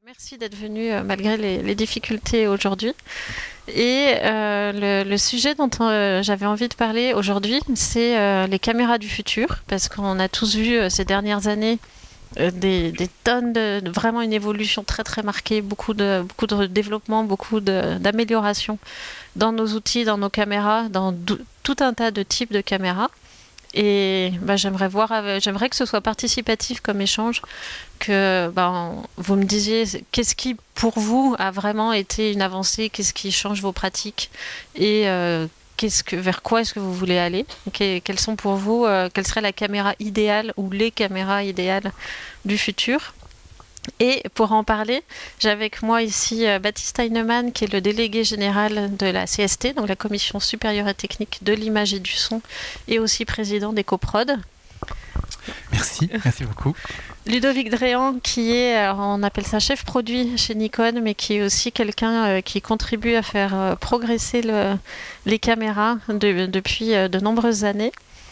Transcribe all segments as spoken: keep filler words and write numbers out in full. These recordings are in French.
Merci d'être venu euh, malgré les, les difficultés aujourd'hui. Et euh, le, le sujet dont euh, j'avais envie de parler aujourd'hui, c'est euh, les caméras du futur, parce qu'on a tous vu euh, ces dernières années euh, des, des tonnes de, de- vraiment une évolution très très marquée, beaucoup de beaucoup de développement, beaucoup de- d'améliorations dans nos outils, dans nos caméras, dans dou- tout un tas de types de caméras. Et bah, j'aimerais voir, avec- j'aimerais que ce soit participatif comme échange, que ben, vous me disiez qu'est-ce qui pour vous a vraiment été une avancée, qu'est-ce qui change vos pratiques et euh, qu'est-ce que, vers quoi est-ce que vous voulez aller, Que- quelles sont pour vous, euh, quelle serait la caméra idéale ou les caméras idéales du futur. Et pour en parler, j'ai avec moi ici euh, Baptiste Heinemann, qui est le délégué général de la C S T, donc la Commission supérieure et technique de l'image et du son, et aussi président d'EcoProd. Merci, merci beaucoup. Ludovic Dréan, qui est, alors on appelle ça chef produit chez Nikon, mais qui est aussi quelqu'un euh, qui contribue à faire euh, progresser le- les caméras de- depuis euh, de nombreuses années.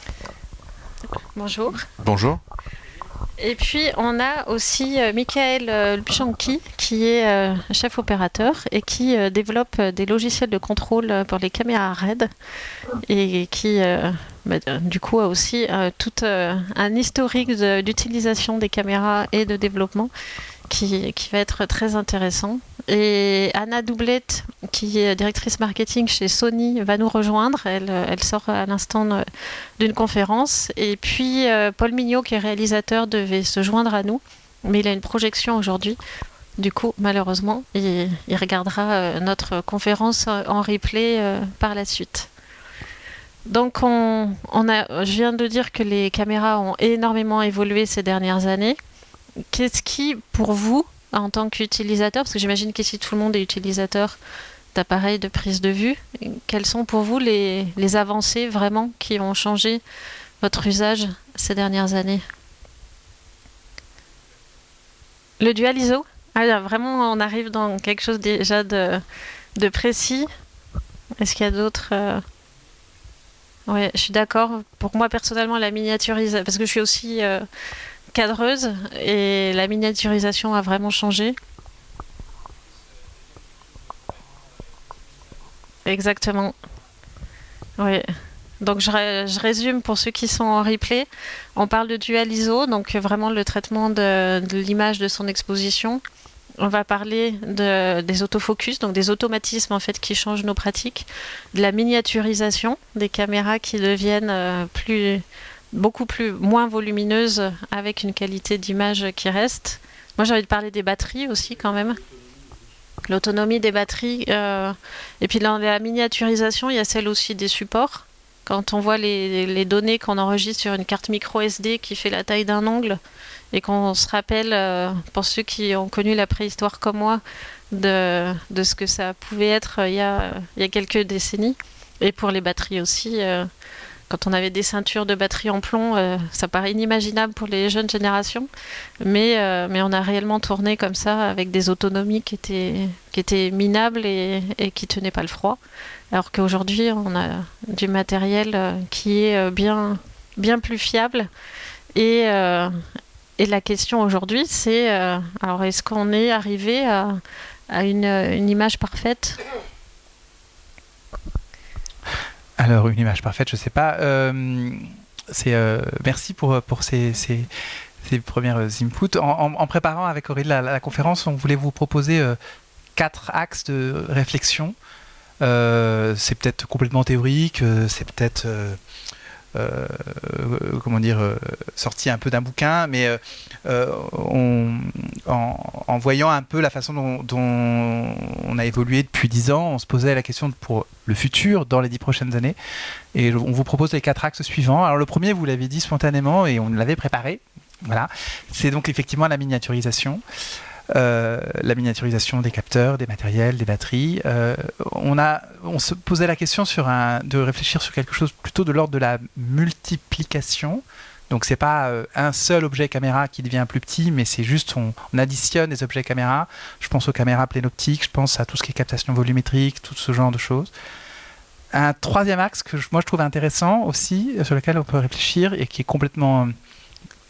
Bonjour. Bonjour. Et puis on a aussi euh, Michael euh, Lubchanki, qui est euh, chef opérateur et qui euh, développe euh, des logiciels de contrôle euh, pour les caméras R E D et qui euh, bah, euh, du coup a aussi euh, tout euh, un historique de- d'utilisation des caméras et de développement qui, qui va être très intéressant. Et Anna Doublette, qui est directrice marketing chez Sony, va nous rejoindre. Elle, euh, elle sort à l'instant de- d'une conférence. Et puis euh, Paul Mignot, qui est réalisateur, devait se joindre à nous, mais il a une projection aujourd'hui. Du coup, malheureusement, il, il regardera euh, notre conférence euh, en replay euh, par la suite. Donc, on, on a, je viens de dire que les caméras ont énormément évolué ces dernières années. Qu'est-ce qui, pour vous, en tant qu'utilisateur, parce que j'imagine qu'ici tout le monde est utilisateur d'appareils de prise de vue, quelles sont pour vous les, les avancées vraiment qui ont changé votre usage ces dernières années? Le dual I S O? Ah, là, vraiment, on arrive dans quelque chose déjà de, de précis. Est-ce qu'il y a d'autres euh, Ouais, je suis d'accord. Pour moi, personnellement, la miniaturisation, parce que je suis aussi euh, cadreuse et la miniaturisation a vraiment changé. Exactement. Oui. Donc je, ré- je résume pour ceux qui sont en replay. On parle de dual I S O, donc vraiment le traitement de, de l'image de son exposition. On va parler de, des autofocus, donc des automatismes en fait qui changent nos pratiques, de la miniaturisation, des caméras qui deviennent euh, plus, beaucoup plus moins volumineuses avec une qualité d'image qui reste. Moi j'ai envie de parler des batteries aussi quand même. L'autonomie des batteries. euh, et puis dans la miniaturisation, il y a celle aussi des supports. Quand on voit les, les données qu'on enregistre sur une carte micro S D qui fait la taille d'un ongle et qu'on se rappelle, euh, pour ceux qui ont connu la préhistoire comme moi, de, de ce que ça pouvait être euh, il y a, il y a quelques décennies. Et pour les batteries aussi, euh, quand on avait des ceintures de batterie en plomb, euh, ça paraît inimaginable pour les jeunes générations, mais, euh, mais on a réellement tourné comme ça avec des autonomies qui étaient, qui étaient minables et, et qui tenaient pas le froid. Alors qu'aujourd'hui, on a du matériel euh, qui est euh, bien, bien plus fiable. Et, euh, et la question aujourd'hui, c'est euh, alors est-ce qu'on est arrivé à, à une, une image parfaite? Alors, une image parfaite, je sais pas. Euh, c'est, euh, merci pour, pour ces, ces, ces premières inputs. En, en, en préparant avec Aurélie la, la conférence, on voulait vous proposer euh, quatre axes de réflexion. Euh, c'est peut-être complètement théorique, euh, c'est peut-être euh, euh, comment dire euh, sorti un peu d'un bouquin, mais euh, euh, on, en, en voyant un peu la façon dont, dont on a évolué depuis dix ans, on se posait la question pour le futur dans les dix prochaines années, et on vous propose les quatre axes suivants. Alors le premier, vous l'avez dit spontanément et on l'avait préparé. Voilà, c'est donc effectivement la miniaturisation. Euh, la miniaturisation des capteurs, des matériels, des batteries. Euh, on, a, on se posait la question sur un, de réfléchir sur quelque chose plutôt de l'ordre de la multiplication. Donc c'est pas euh, un seul objet caméra qui devient plus petit, mais c'est juste on, on additionne des objets caméra. Je pense aux caméras plénoptiques, je pense à tout ce qui est captation volumétrique, tout ce genre de choses. Un troisième axe que je, moi je trouve intéressant aussi, sur lequel on peut réfléchir et qui est complètement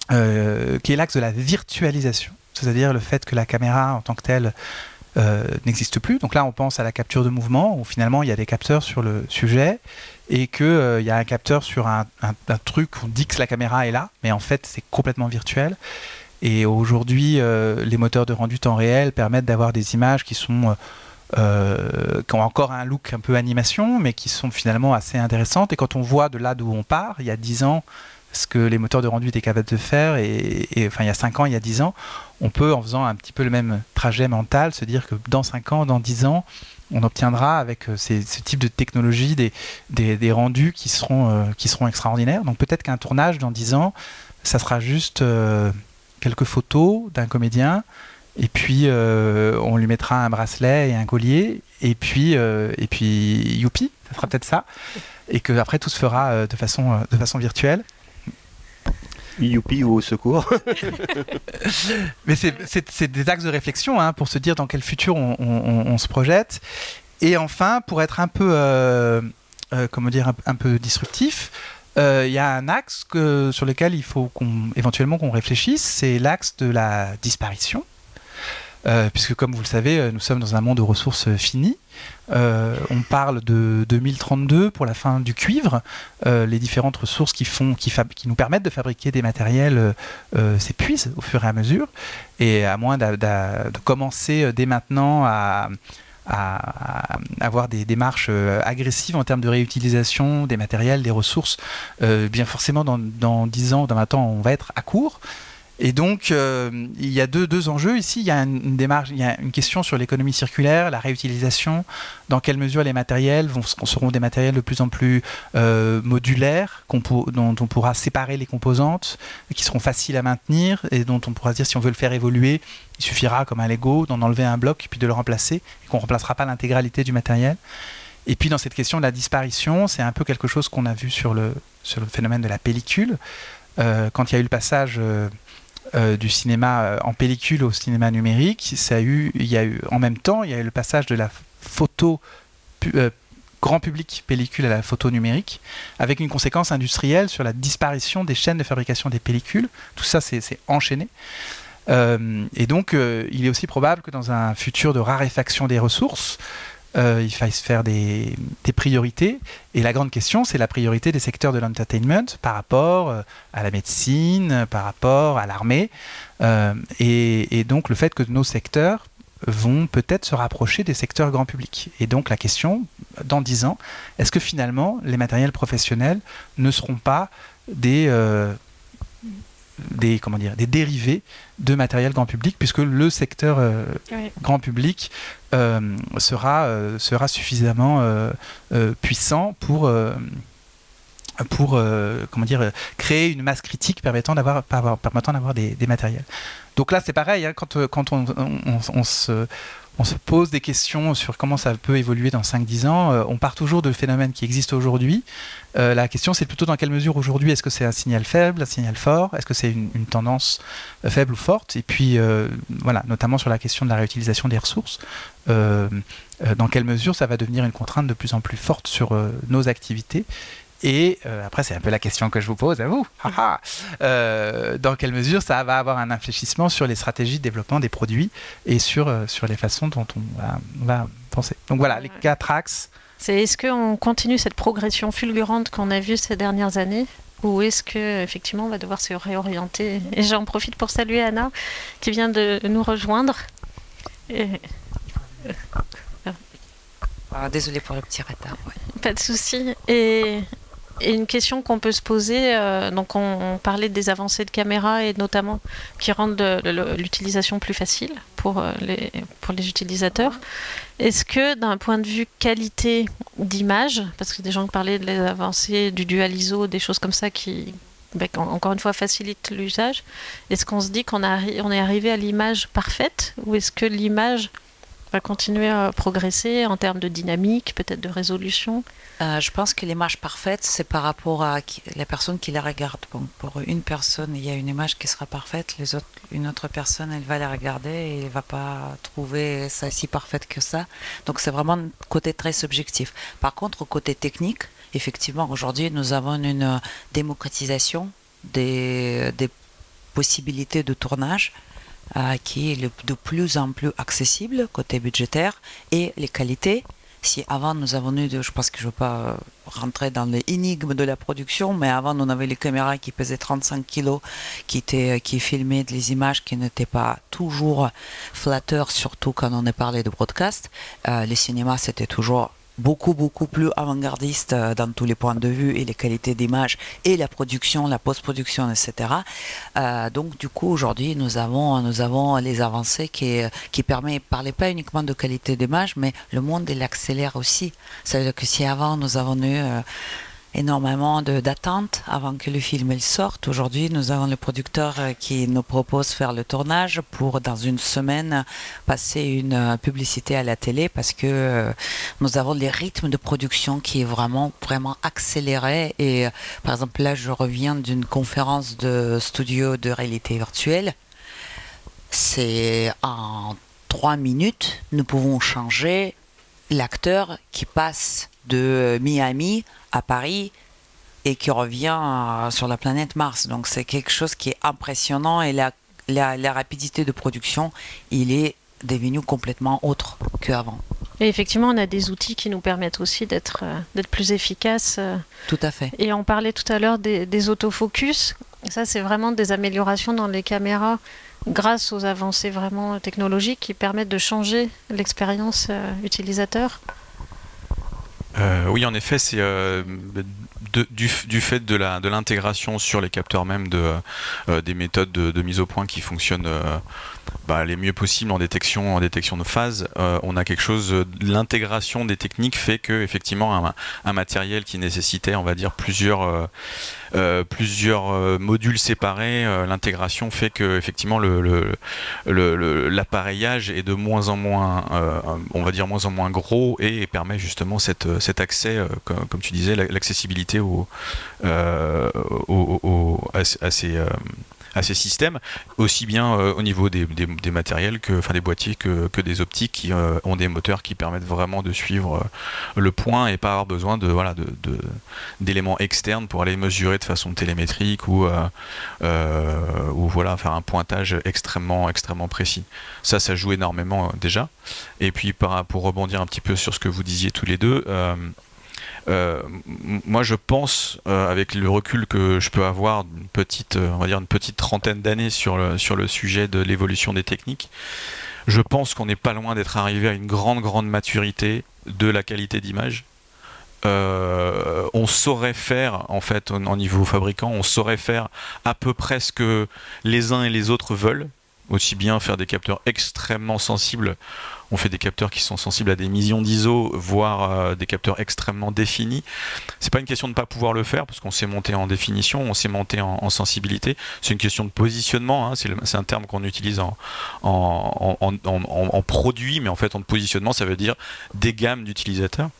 euh, qui est l'axe de la virtualisation, c'est-à-dire le fait que la caméra en tant que telle euh, n'existe plus. Donc là, on pense à la capture de mouvement, où finalement, il y a des capteurs sur le sujet, et qu'il euh, y a un capteur sur un, un, un truc, on dit que la caméra est là, mais en fait, c'est complètement virtuel. Et aujourd'hui, euh, les moteurs de rendu temps réel permettent d'avoir des images qui sont... Euh, Euh, qui ont encore un look un peu animation, mais qui sont finalement assez intéressantes. Et quand on voit de là d'où on part, il y a dix ans, ce que les moteurs de rendu étaient capables de faire, et, et enfin il y a cinq ans, il y a dix ans, on peut, en faisant un petit peu le même trajet mental, se dire que dans cinq ans, dans dix ans, on obtiendra avec ces, ce type de technologie des, des, des rendus qui seront, euh, qui seront extraordinaires. Donc peut-être qu'un tournage dans dix ans, ça sera juste euh, quelques photos d'un comédien, et puis euh, on lui mettra un bracelet et un collier, et puis, euh, et puis youpi, ça sera peut-être ça, et que après tout se fera euh, de, façon, euh, de façon virtuelle. Youpi ou au secours. Mais c'est, c'est, c'est des axes de réflexion hein, pour se dire dans quel futur on, on, on se projette. Et enfin, pour être un peu, euh, euh, comment dire, un, un peu disruptif, il euh, y a un axe que, sur lequel il faut qu'on, éventuellement qu'on réfléchisse, c'est l'axe de la disparition. Euh, puisque comme vous le savez, nous sommes dans un monde aux ressources finies. Euh, on parle de deux mille trente-deux pour la fin du cuivre. Euh, les différentes ressources qui, font, qui, fab- qui nous permettent de fabriquer des matériels euh, s'épuisent au fur et à mesure. Et à moins d'a, d'a, de commencer dès maintenant à, à, à avoir des démarches agressives en termes de réutilisation des matériels, des ressources, euh, bien forcément dans, dans dix ans, dans vingt ans, on va être à court. Et donc, euh, il y a deux, deux enjeux ici. Il y a une, une démarche, il y a une question sur l'économie circulaire, la réutilisation, dans quelle mesure les matériels vont, seront des matériels de plus en plus euh, modulaires, qu'on pour, dont on pourra séparer les composantes, qui seront faciles à maintenir, et dont on pourra se dire si on veut le faire évoluer, il suffira, comme un Lego, d'en enlever un bloc, puis de le remplacer, et qu'on ne remplacera pas l'intégralité du matériel. Et puis dans cette question de la disparition, c'est un peu quelque chose qu'on a vu sur le, sur le phénomène de la pellicule. Euh, quand il y a eu le passage... Euh, Euh, du cinéma euh, en pellicule au cinéma numérique, ça a eu, il y a eu, en même temps, il y a eu le passage de la photo pu, euh, grand public pellicule à la photo numérique, avec une conséquence industrielle sur la disparition des chaînes de fabrication des pellicules. Tout ça, c'est, c'est enchaîné. Euh, et donc, euh, il est aussi probable que dans un futur de raréfaction des ressources, Euh, il faille se faire des, des priorités. Et la grande question, c'est la priorité des secteurs de l'entertainment par rapport euh, à la médecine, par rapport à l'armée. Euh, et, et donc le fait que nos secteurs vont peut-être se rapprocher des secteurs grand public. Et donc la question, dans dix ans, est-ce que finalement les matériels professionnels ne seront pas des... Euh, des, comment dire, des dérivés de matériel grand public, puisque le secteur euh, oui. grand public euh, sera, euh, sera suffisamment euh, euh, puissant pour, euh, pour euh, comment dire, créer une masse critique permettant d'avoir, permettant d'avoir des, des matériels. Donc là, c'est pareil, hein, quand, quand on, on, on, on se... on se pose des questions sur comment ça peut évoluer dans cinq dix ans. Euh, on part toujours de phénomènes qui existent aujourd'hui. Euh, la question, c'est plutôt dans quelle mesure aujourd'hui, est-ce que c'est un signal faible, un signal fort? Est-ce que c'est une, une tendance euh, faible ou forte? Et puis, euh, voilà, notamment sur la question de la réutilisation des ressources. Euh, euh, dans quelle mesure ça va devenir une contrainte de plus en plus forte sur euh, nos activités? Et euh, après, c'est un peu la question que je vous pose à vous. euh, dans quelle mesure ça va avoir un infléchissement sur les stratégies de développement des produits et sur, euh, sur les façons dont on va, on va penser. Donc voilà, les quatre axes. C'est, est-ce qu'on continue cette progression fulgurante qu'on a vue ces dernières années, ou est-ce qu'effectivement on va devoir se réorienter? Et j'en profite pour saluer Anna qui vient de nous rejoindre. Et... Ah, désolée pour le petit retard. Ouais. Pas de souci. Et... Et une question qu'on peut se poser, euh, donc on, on parlait des avancées de caméra et notamment qui rendent de, de, l'utilisation plus facile pour, euh, les, pour les utilisateurs. Est-ce que d'un point de vue qualité d'image, parce que des gens parlaient des avancées du dual I S O, des choses comme ça qui, ben, encore une fois, facilitent l'usage, est-ce qu'on se dit qu'on a, on est arrivé à l'image parfaite ou est-ce que l'image va continuer à progresser en termes de dynamique, peut-être de résolution? Euh, je pense que l'image parfaite, c'est par rapport à qui, la personne qui la regarde. Bon, pour une personne, il y a une image qui sera parfaite, les autres, une autre personne, elle va la regarder et elle ne va pas trouver ça si parfaite que ça. Donc c'est vraiment un côté très subjectif. Par contre, au côté technique, effectivement, aujourd'hui, nous avons une démocratisation des, des possibilité de tournage euh, qui est le- de plus en plus accessible côté budgétaire et les qualités. Si avant nous avons eu, de- je pense que je ne veux pas euh, rentrer dans les énigmes de la production, mais avant on avait les caméras qui pesaient trente-cinq kilos, qui, étaient, qui filmaient des images qui n'étaient pas toujours flatteurs, surtout quand on est parlé de broadcast. Euh, les cinémas c'était toujours beaucoup beaucoup plus avant-gardiste euh, dans tous les points de vue et les qualités d'image et la production, la post-production, et cetera. Euh, donc du coup aujourd'hui nous avons nous avons les avancées qui qui permettent, parlaient pas uniquement de qualité d'image, mais le monde il accélère aussi. Ça veut dire que si avant nous avons eu euh, énormément de- d'attentes avant que le film il sorte. Aujourd'hui, nous avons le producteur euh, qui nous propose faire le tournage pour, dans une semaine, passer une euh, publicité à la télé parce que euh, nous avons les rythmes de production qui est vraiment, vraiment accéléré. Et euh, par exemple, là, je reviens d'une conférence de studio de réalité virtuelle. C'est en trois minutes, nous pouvons changer l'acteur qui passe de Miami à Paris et qui revient euh, sur la planète Mars. Donc c'est quelque chose qui est impressionnant et la, la, la rapidité de production, il est devenu complètement autre qu'avant. Et effectivement, on a des outils qui nous permettent aussi d'être euh, d'être plus efficaces. euh. Tout à fait. Et on parlait tout à l'heure des, des autofocus. Ça, c'est vraiment des améliorations dans les caméras grâce aux avancées vraiment technologiques qui permettent de changer l'expérience euh, utilisateur. Euh, oui, en effet, c'est euh, de- du, du fait de la- de l'intégration sur les capteurs même de, euh, des méthodes de, de mise au point qui fonctionnent euh, bah, les mieux possibles en détection, en détection de phase. Euh, on a quelque chose, euh, l'intégration des techniques fait que effectivement un, un matériel qui nécessitait, on va dire, plusieurs euh, euh, plusieurs euh, modules séparés, euh, l'intégration fait que effectivement le, le, le- le- l'appareillage est de moins en moins, euh, on va dire moins en moins gros et permet justement cette, cet accès, euh, comme, comme tu disais, la- l'accessibilité au, euh, au- au- au- à, à ces euh, à ces systèmes, aussi bien euh, au niveau des, des, des matériels, que, enfin des boîtiers que, que des optiques qui euh, ont des moteurs qui permettent vraiment de suivre euh, le point et pas avoir besoin de, voilà, de, de, d'éléments externes pour aller mesurer de façon télémétrique ou, euh, euh, ou voilà, faire un pointage extrêmement, extrêmement précis. Ça, ça joue énormément euh, déjà. Et puis par, pour rebondir un petit peu sur ce que vous disiez tous les deux, euh, euh, m- moi je pense, euh, avec le recul que je peux avoir, une petite, euh, on va dire une petite trentaine d'années sur le, sur le sujet de l'évolution des techniques, je pense qu'on n'est pas loin d'être arrivé à une grande, grande maturité de la qualité d'image. Euh, on saurait faire, en fait, au, au niveau fabricant, on saurait faire à peu près ce que les uns et les autres veulent, aussi bien faire des capteurs extrêmement sensibles. On fait des capteurs qui sont sensibles à des millions d'I S O, voire euh, des capteurs extrêmement définis. C'est pas une question de ne pas pouvoir le faire, parce qu'on s'est monté en définition, on s'est monté en, en sensibilité. C'est une question de positionnement, hein. c'est, le- c'est un terme qu'on utilise en, en, en, en, en- en produit, mais en fait en positionnement, ça veut dire des gammes d'utilisateurs.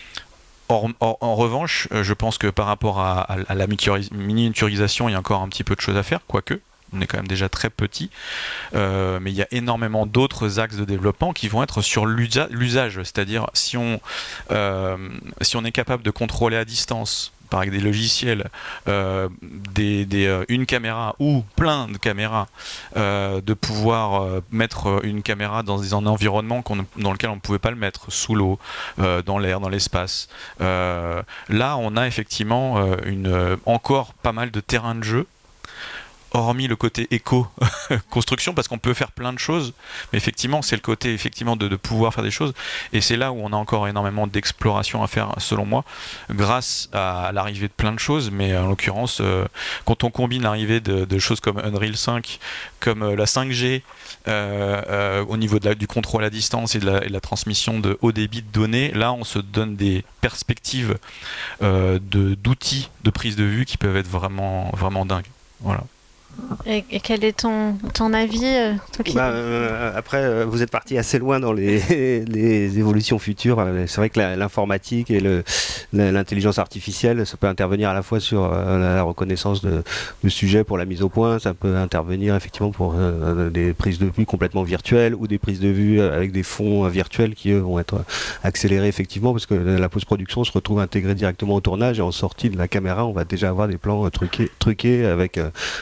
Or- or- en revanche, euh, je pense que par rapport à, à- à la miniaturis- miniaturisation, il y a encore un petit peu de choses à faire, quoique. On est quand même déjà très petit, euh, mais il y a énormément d'autres axes de développement qui vont être sur l'usa- l'usage, c'est-à-dire si on, euh, si on est capable de contrôler à distance, par des logiciels, euh, des, des, euh, une caméra ou plein de caméras, euh, de pouvoir euh, mettre une caméra dans un environnement qu'on, dans lequel on ne pouvait pas le mettre, sous l'eau, euh, dans l'air, dans l'espace. Euh, là, on a effectivement euh, une, euh, encore pas mal de terrain de jeu, hormis le côté éco-construction, parce qu'on peut faire plein de choses, mais effectivement, c'est le côté effectivement de, de pouvoir faire des choses, et c'est là où on a encore énormément d'exploration à faire, selon moi, grâce à l'arrivée de plein de choses, mais en l'occurrence, euh, quand on combine l'arrivée de, de choses comme Unreal cinq, comme euh, la cinq G, euh, euh, au niveau de la, du contrôle à distance et de, la, et de la transmission de haut débit de données, là, on se donne des perspectives euh, de, d'outils de prise de vue qui peuvent être vraiment, vraiment dingues. Voilà. Et, et quel est ton, ton avis, euh, toi qui- Bah, euh, après, euh, vous êtes parti assez loin dans les, les évolutions futures. Euh, C'est vrai que la- l'informatique et le- la- l'intelligence artificielle, ça peut intervenir à la fois sur euh, la reconnaissance de, de sujets pour la mise au point, ça peut intervenir effectivement pour euh, des prises de vue complètement virtuelles ou des prises de vue avec des fonds euh, virtuels qui eux vont être accélérés effectivement parce que la post-production se retrouve intégrée directement au tournage et en sortie de la caméra, on va déjà avoir des plans euh, truqués, truqués avec euh, publi-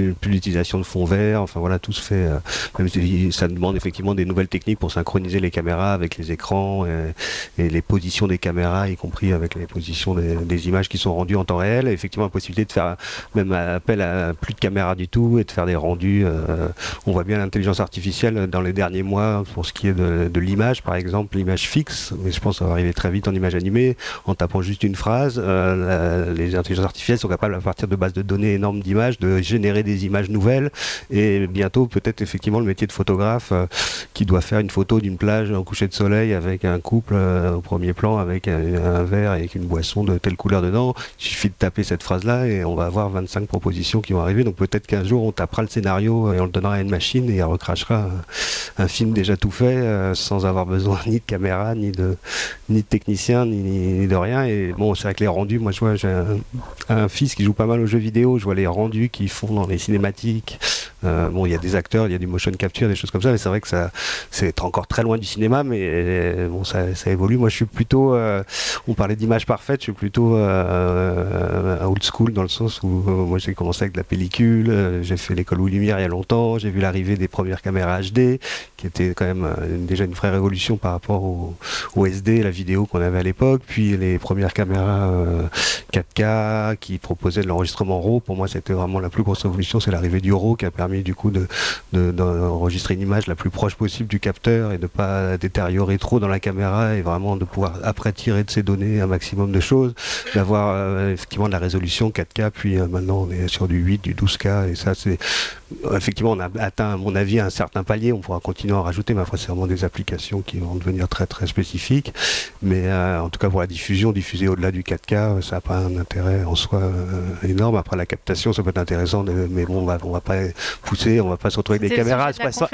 plus, plus l'utilisation de fond vert. Enfin voilà, tout se fait. Euh, même si ça demande effectivement des nouvelles techniques pour synchroniser les caméras avec les écrans et, et les positions des caméras, y compris avec les positions des, des images qui sont rendues en temps réel. Et effectivement, la possibilité de faire même appel à plus de caméras du tout et de faire des rendus. Euh, on voit bien l'intelligence artificielle dans les derniers mois pour ce qui est de, de l'image, par exemple, l'image fixe. Mais je pense que ça va arriver très vite en image animée en tapant juste une phrase. Euh, la, les intelligences artificielles sont capables, à partir de bases de données énormes d'images, de générer des images nouvelles. Et bientôt, peut-être effectivement, le métier de photographe euh, qui doit faire une photo d'une plage au coucher de soleil avec un couple euh, au premier plan, avec un, un verre et avec une boisson de telle couleur dedans. Il suffit de taper cette phrase-là et on va avoir vingt-cinq propositions qui vont arriver. Donc peut-être qu'un jour, on tapera le scénario et on le donnera à une machine et elle recrachera un, un film déjà tout fait euh, sans avoir besoin ni de caméra, ni de, ni de technicien, ni, ni de rien. Et bon, c'est vrai que les rendus, moi je vois, j'ai un, un fils qui joue pas mal aux jeux vidéo, je vois les rendus qu'ils font dans les cinématiques. Euh, bon, il y a des acteurs, il y a du motion capture, des choses comme ça, mais c'est vrai que ça, c'est encore très loin du cinéma, mais euh, bon, ça, ça évolue. Moi, je suis plutôt, euh, on parlait d'image parfaite, je suis plutôt euh, old school dans le sens où euh, moi j'ai commencé avec de la pellicule, euh, j'ai fait l'école aux Lumières il y a longtemps, j'ai vu l'arrivée des premières caméras H D, qui était quand même euh, déjà une vraie révolution par rapport au, au S D, la vidéo qu'on avait à l'époque, puis les premières caméras euh, quatre K qui proposaient de l'enregistrement RAW. Pour moi, c'était vraiment la plus grosse révolution, c'est l'arrivée du RAW qui a permis du coup de, de, d'enregistrer une image la plus proche possible du capteur et de ne pas détériorer trop dans la caméra et vraiment de pouvoir après tirer de ces données un maximum de choses, d'avoir euh, effectivement de la résolution quatre K, puis euh, maintenant on est sur du huit, du douze K, et ça c'est effectivement on a atteint à mon avis un certain palier, on pourra continuer à en rajouter, mais après c'est vraiment des applications qui vont devenir très très spécifiques, mais euh, en tout cas pour la diffusion, diffuser au-delà du quatre K, ça n'a pas un intérêt en soi euh, énorme. Après la captation ça peut être intéressant, de, mais bon on va, on va pas pousser, on va pas se retrouver avec des caméras à,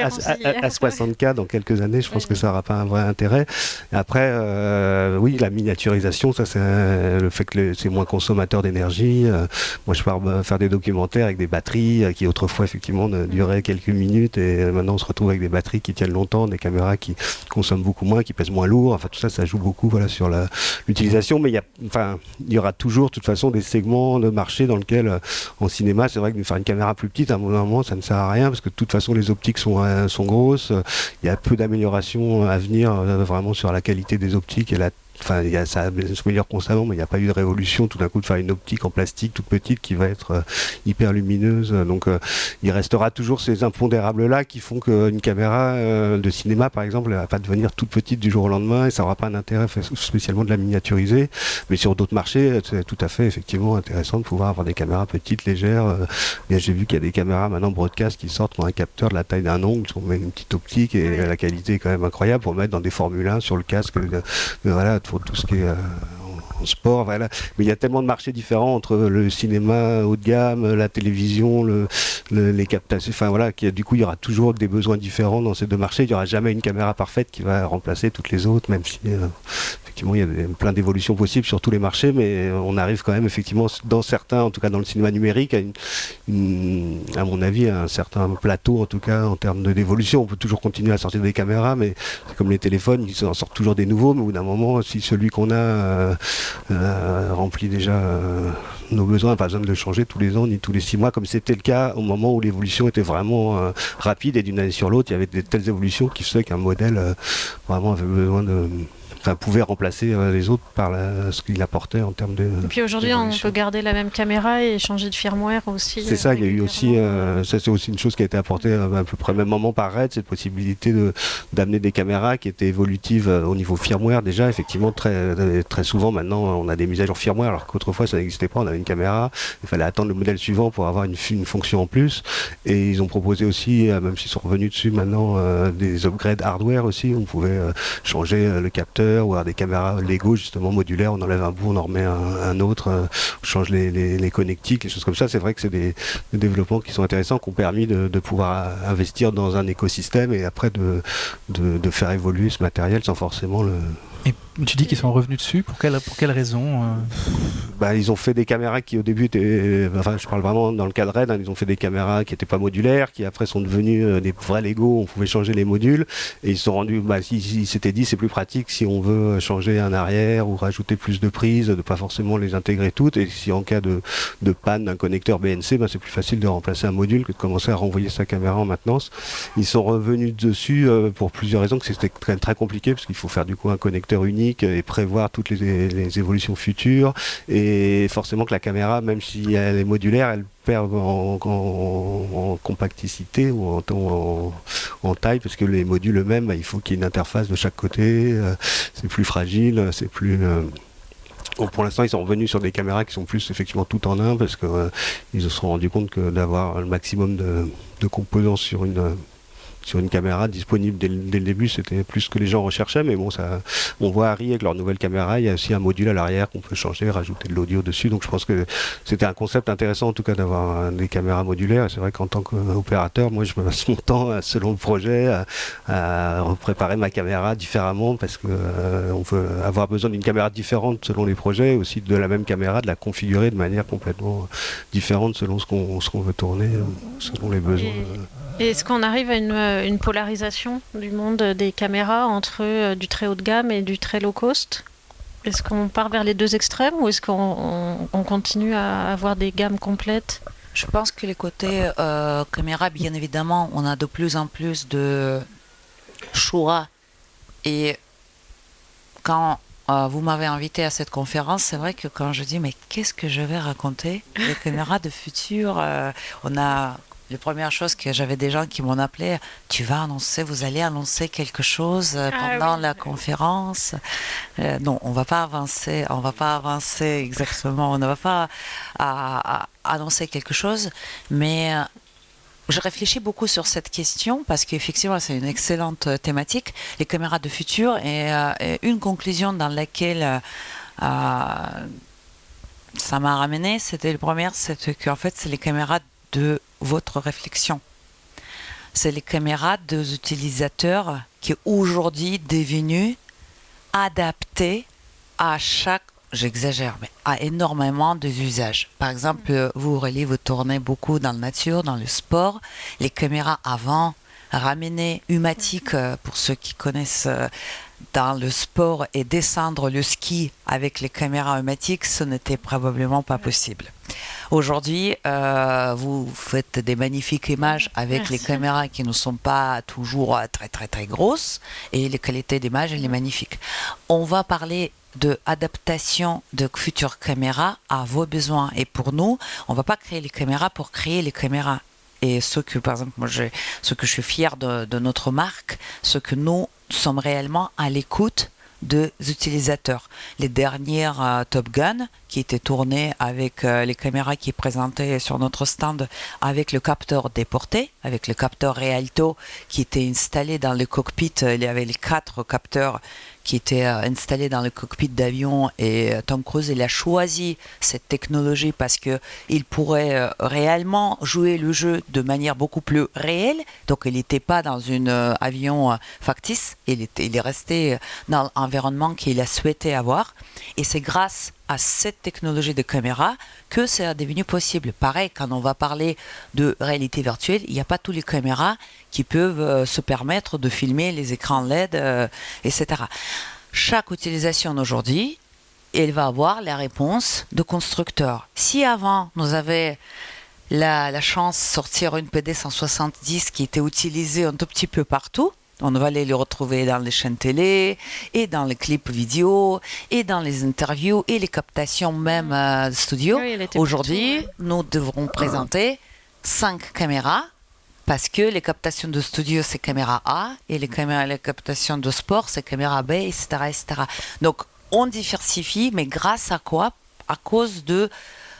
à, à, à soixante K dans quelques années, je pense oui. que ça n'aura pas un vrai intérêt. Et après, euh, oui, la miniaturisation, ça c'est euh, le fait que le, c'est moins consommateur d'énergie. Euh, moi je pars euh, faire des documentaires avec des batteries euh, qui autrefois effectivement ne duraient quelques minutes et euh, maintenant on se retrouve avec des batteries qui tiennent longtemps, des caméras qui consomment beaucoup moins, qui pèsent moins lourd, enfin tout ça, ça joue beaucoup voilà, sur la, l'utilisation, mais il y a, enfin, il y aura toujours de toute façon des segments de marché dans lesquels euh, en cinéma, c'est vrai que de faire une caméra plus petite, à un moment ça ne sert à rien parce que de toute façon les optiques sont, euh, sont grosses, il y a peu d'amélioration à venir euh, vraiment sur la qualité des optiques et la Enfin, il y a, ça s'améliore constamment, mais il n'y a pas eu de révolution tout d'un coup de faire une optique en plastique toute petite qui va être euh, hyper lumineuse. Donc euh, il restera toujours ces impondérables-là qui font qu'une caméra euh, de cinéma, par exemple, elle ne va pas devenir toute petite du jour au lendemain et ça n'aura pas un intérêt spécialement de la miniaturiser. Mais sur d'autres marchés, c'est tout à fait effectivement intéressant de pouvoir avoir des caméras petites, légères. Euh, bien, j'ai vu qu'il y a des caméras maintenant broadcast qui sortent dans un capteur de la taille d'un ongle, on met une petite optique et la qualité est quand même incroyable pour mettre dans des Formule un sur le casque. De, de, voilà, pour tout ce qui est euh, en sport, voilà. Mais il y a tellement de marchés différents entre le cinéma haut de gamme, la télévision, le, le, les captations, enfin voilà, qu'il y a, du coup il y aura toujours des besoins différents dans ces deux marchés. Il n'y aura jamais une caméra parfaite qui va remplacer toutes les autres, même si euh, effectivement il y a des, plein d'évolutions possibles sur tous les marchés, mais on arrive quand même effectivement dans certains, en tout cas dans le cinéma numérique, à, une, une, à mon avis à un certain plateau en tout cas en termes de, d'évolution. On peut toujours continuer à sortir des caméras, mais c'est comme les téléphones, ils en sortent toujours des nouveaux, mais au bout d'un moment, si celui qu'on a euh, euh, remplit déjà euh, nos besoins, pas besoin de le changer tous les ans ni tous les six mois, comme c'était le cas au moment où l'évolution était vraiment euh, rapide et d'une année sur l'autre, il y avait de telles évolutions qui faisaient qu'un modèle euh, vraiment avait besoin de... Enfin, pouvait remplacer euh, les autres par la, ce qu'il apportait en termes de. Et puis aujourd'hui, on peut garder la même caméra et changer de firmware aussi. C'est ça, il y a eu aussi, euh, ça c'est aussi une chose qui a été apportée euh, à peu près au même moment par Red, cette possibilité de, d'amener des caméras qui étaient évolutives euh, au niveau firmware déjà. Effectivement, très, très souvent maintenant, on a des mises à jour firmware, alors qu'autrefois ça n'existait pas. On avait une caméra, il fallait attendre le modèle suivant pour avoir une, une fonction en plus. Et ils ont proposé aussi, euh, même s'ils sont revenus dessus maintenant, euh, des upgrades hardware aussi. On pouvait euh, changer euh, le capteur, ou avoir des caméras Lego justement modulaires, on enlève un bout, on en remet un, un autre, euh, on change les, les, les connectiques, les choses comme ça. C'est vrai que c'est des, des développements qui sont intéressants, qui ont permis de, de pouvoir investir dans un écosystème et après de, de, de faire évoluer ce matériel sans forcément le... Et Tu dis qu'ils sont revenus dessus, pour quelle, pour quelle raison euh Bah, ils ont fait des caméras qui au début étaient, enfin je parle vraiment dans le cas de Red, hein, ils ont fait des caméras qui n'étaient pas modulaires, qui après sont devenues euh, des vrais Lego, on pouvait changer les modules, et ils se sont rendus, bah, ils, ils s'étaient dit c'est plus pratique si on veut changer un arrière ou rajouter plus de prises, de pas forcément les intégrer toutes, et si en cas de, de panne d'un connecteur B N C, bah, c'est plus facile de remplacer un module que de commencer à renvoyer sa caméra en maintenance. Ils sont revenus dessus euh, pour plusieurs raisons, que c'était très, très compliqué, parce qu'il faut faire du coup un connecteur unique et prévoir toutes les, les évolutions futures, et Et forcément que la caméra, même si elle est modulaire, elle perd en, en, en compacticité ou en, en, en taille, parce que les modules eux-mêmes, bah, il faut qu'il y ait une interface de chaque côté, euh, c'est plus fragile, c'est plus... Euh... Bon, pour l'instant, ils sont revenus sur des caméras qui sont plus effectivement tout en un, parce qu'ils euh, se sont rendus compte que d'avoir le maximum de, de composants sur une... Euh, sur une caméra disponible dès, dès le début, c'était plus ce que les gens recherchaient, mais bon, ça, on voit Harry avec leur nouvelle caméra, il y a aussi un module à l'arrière qu'on peut changer, rajouter de l'audio dessus, donc je pense que c'était un concept intéressant en tout cas d'avoir des caméras modulaires, et c'est vrai qu'en tant qu'opérateur, moi je me passe mon temps selon le projet à, à préparer ma caméra différemment, parce qu'on euh, peut avoir besoin d'une caméra différente selon les projets, aussi de la même caméra, de la configurer de manière complètement différente selon ce qu'on ce qu'on veut tourner, selon les besoins. Et est-ce qu'on arrive à une, une polarisation du monde des caméras entre euh, du très haut de gamme et du très low cost? Est-ce qu'on part vers les deux extrêmes ou est-ce qu'on on, on continue à avoir des gammes complètes? Je pense que les côtés euh, caméra, bien évidemment, on a de plus en plus de choix. Et quand euh, vous m'avez invité à cette conférence, c'est vrai que quand je dis mais qu'est-ce que je vais raconter? Les caméras de futur, euh, on a... Les premières choses que j'avais des gens qui m'ont appelé, tu vas annoncer, vous allez annoncer quelque chose pendant ah, oui. la conférence. Euh, non, on va pas avancer, on va pas avancer exactement, on ne va pas à, à annoncer quelque chose, mais euh, je réfléchis beaucoup sur cette question parce qu'effectivement c'est une excellente thématique, les caméras de futur, et, euh, et une conclusion dans laquelle euh, ça m'a ramené, c'était le premier, c'est qu'en fait c'est les caméras de votre réflexion. C'est les caméras des utilisateurs qui aujourd'hui devenus adaptés à chaque, j'exagère, mais à énormément d'usages. Par exemple, vous, Aurélie, vous tournez beaucoup dans la nature, dans le sport. Les caméras avant ramener Humatic, pour ceux qui connaissent dans le sport, et descendre le ski avec les caméras Humatic, ce n'était probablement pas possible. Aujourd'hui, euh, vous faites des magnifiques images avec Merci. Les caméras qui ne sont pas toujours très très très grosses, et les qualités d'image, elle est magnifique. On va parler de adaptation de futures caméras à vos besoins, et pour nous, on ne va pas créer les caméras pour créer les caméras. Et ce que, par exemple, moi, j'ai, ce que je suis fière de, de notre marque, ce que nous sommes réellement à l'écoute des utilisateurs. Les dernières euh, Top Gun qui étaient tournées avec euh, les caméras qui présentaient sur notre stand, avec le capteur déporté, avec le capteur Realto qui était installé dans le cockpit. Il y avait les quatre capteurs qui étaient euh, installés dans le cockpit d'avion, et euh, Tom Cruise il a choisi cette technologie parce que il pourrait euh, réellement jouer le jeu de manière beaucoup plus réelle. Donc il n'était pas dans un euh, avion euh, factice, il, était, il est resté dans l'environnement qu'il a souhaité avoir, et c'est grâce à cette technologie de caméra que c'est devenu possible. Pareil, quand on va parler de réalité virtuelle, il n'y a pas tous les caméras qui peuvent euh, se permettre de filmer les écrans L E D, euh, et cetera. Chaque utilisation aujourd'hui, elle va avoir la réponse de constructeur. Si avant, nous avions la, la chance de sortir une P D cent soixante-dix qui était utilisée un tout petit peu partout, on va aller le retrouver dans les chaînes télé, et dans les clips vidéo, et dans les interviews, et les captations même euh, studio. Oui, aujourd'hui, partout, ouais. Nous devrons présenter cinq caméras, parce que les captations de studio, c'est caméra A, et les, caméras, les captations de sport, c'est caméra B, et cetera, et cetera. Donc, on diversifie, mais grâce à quoi? À cause de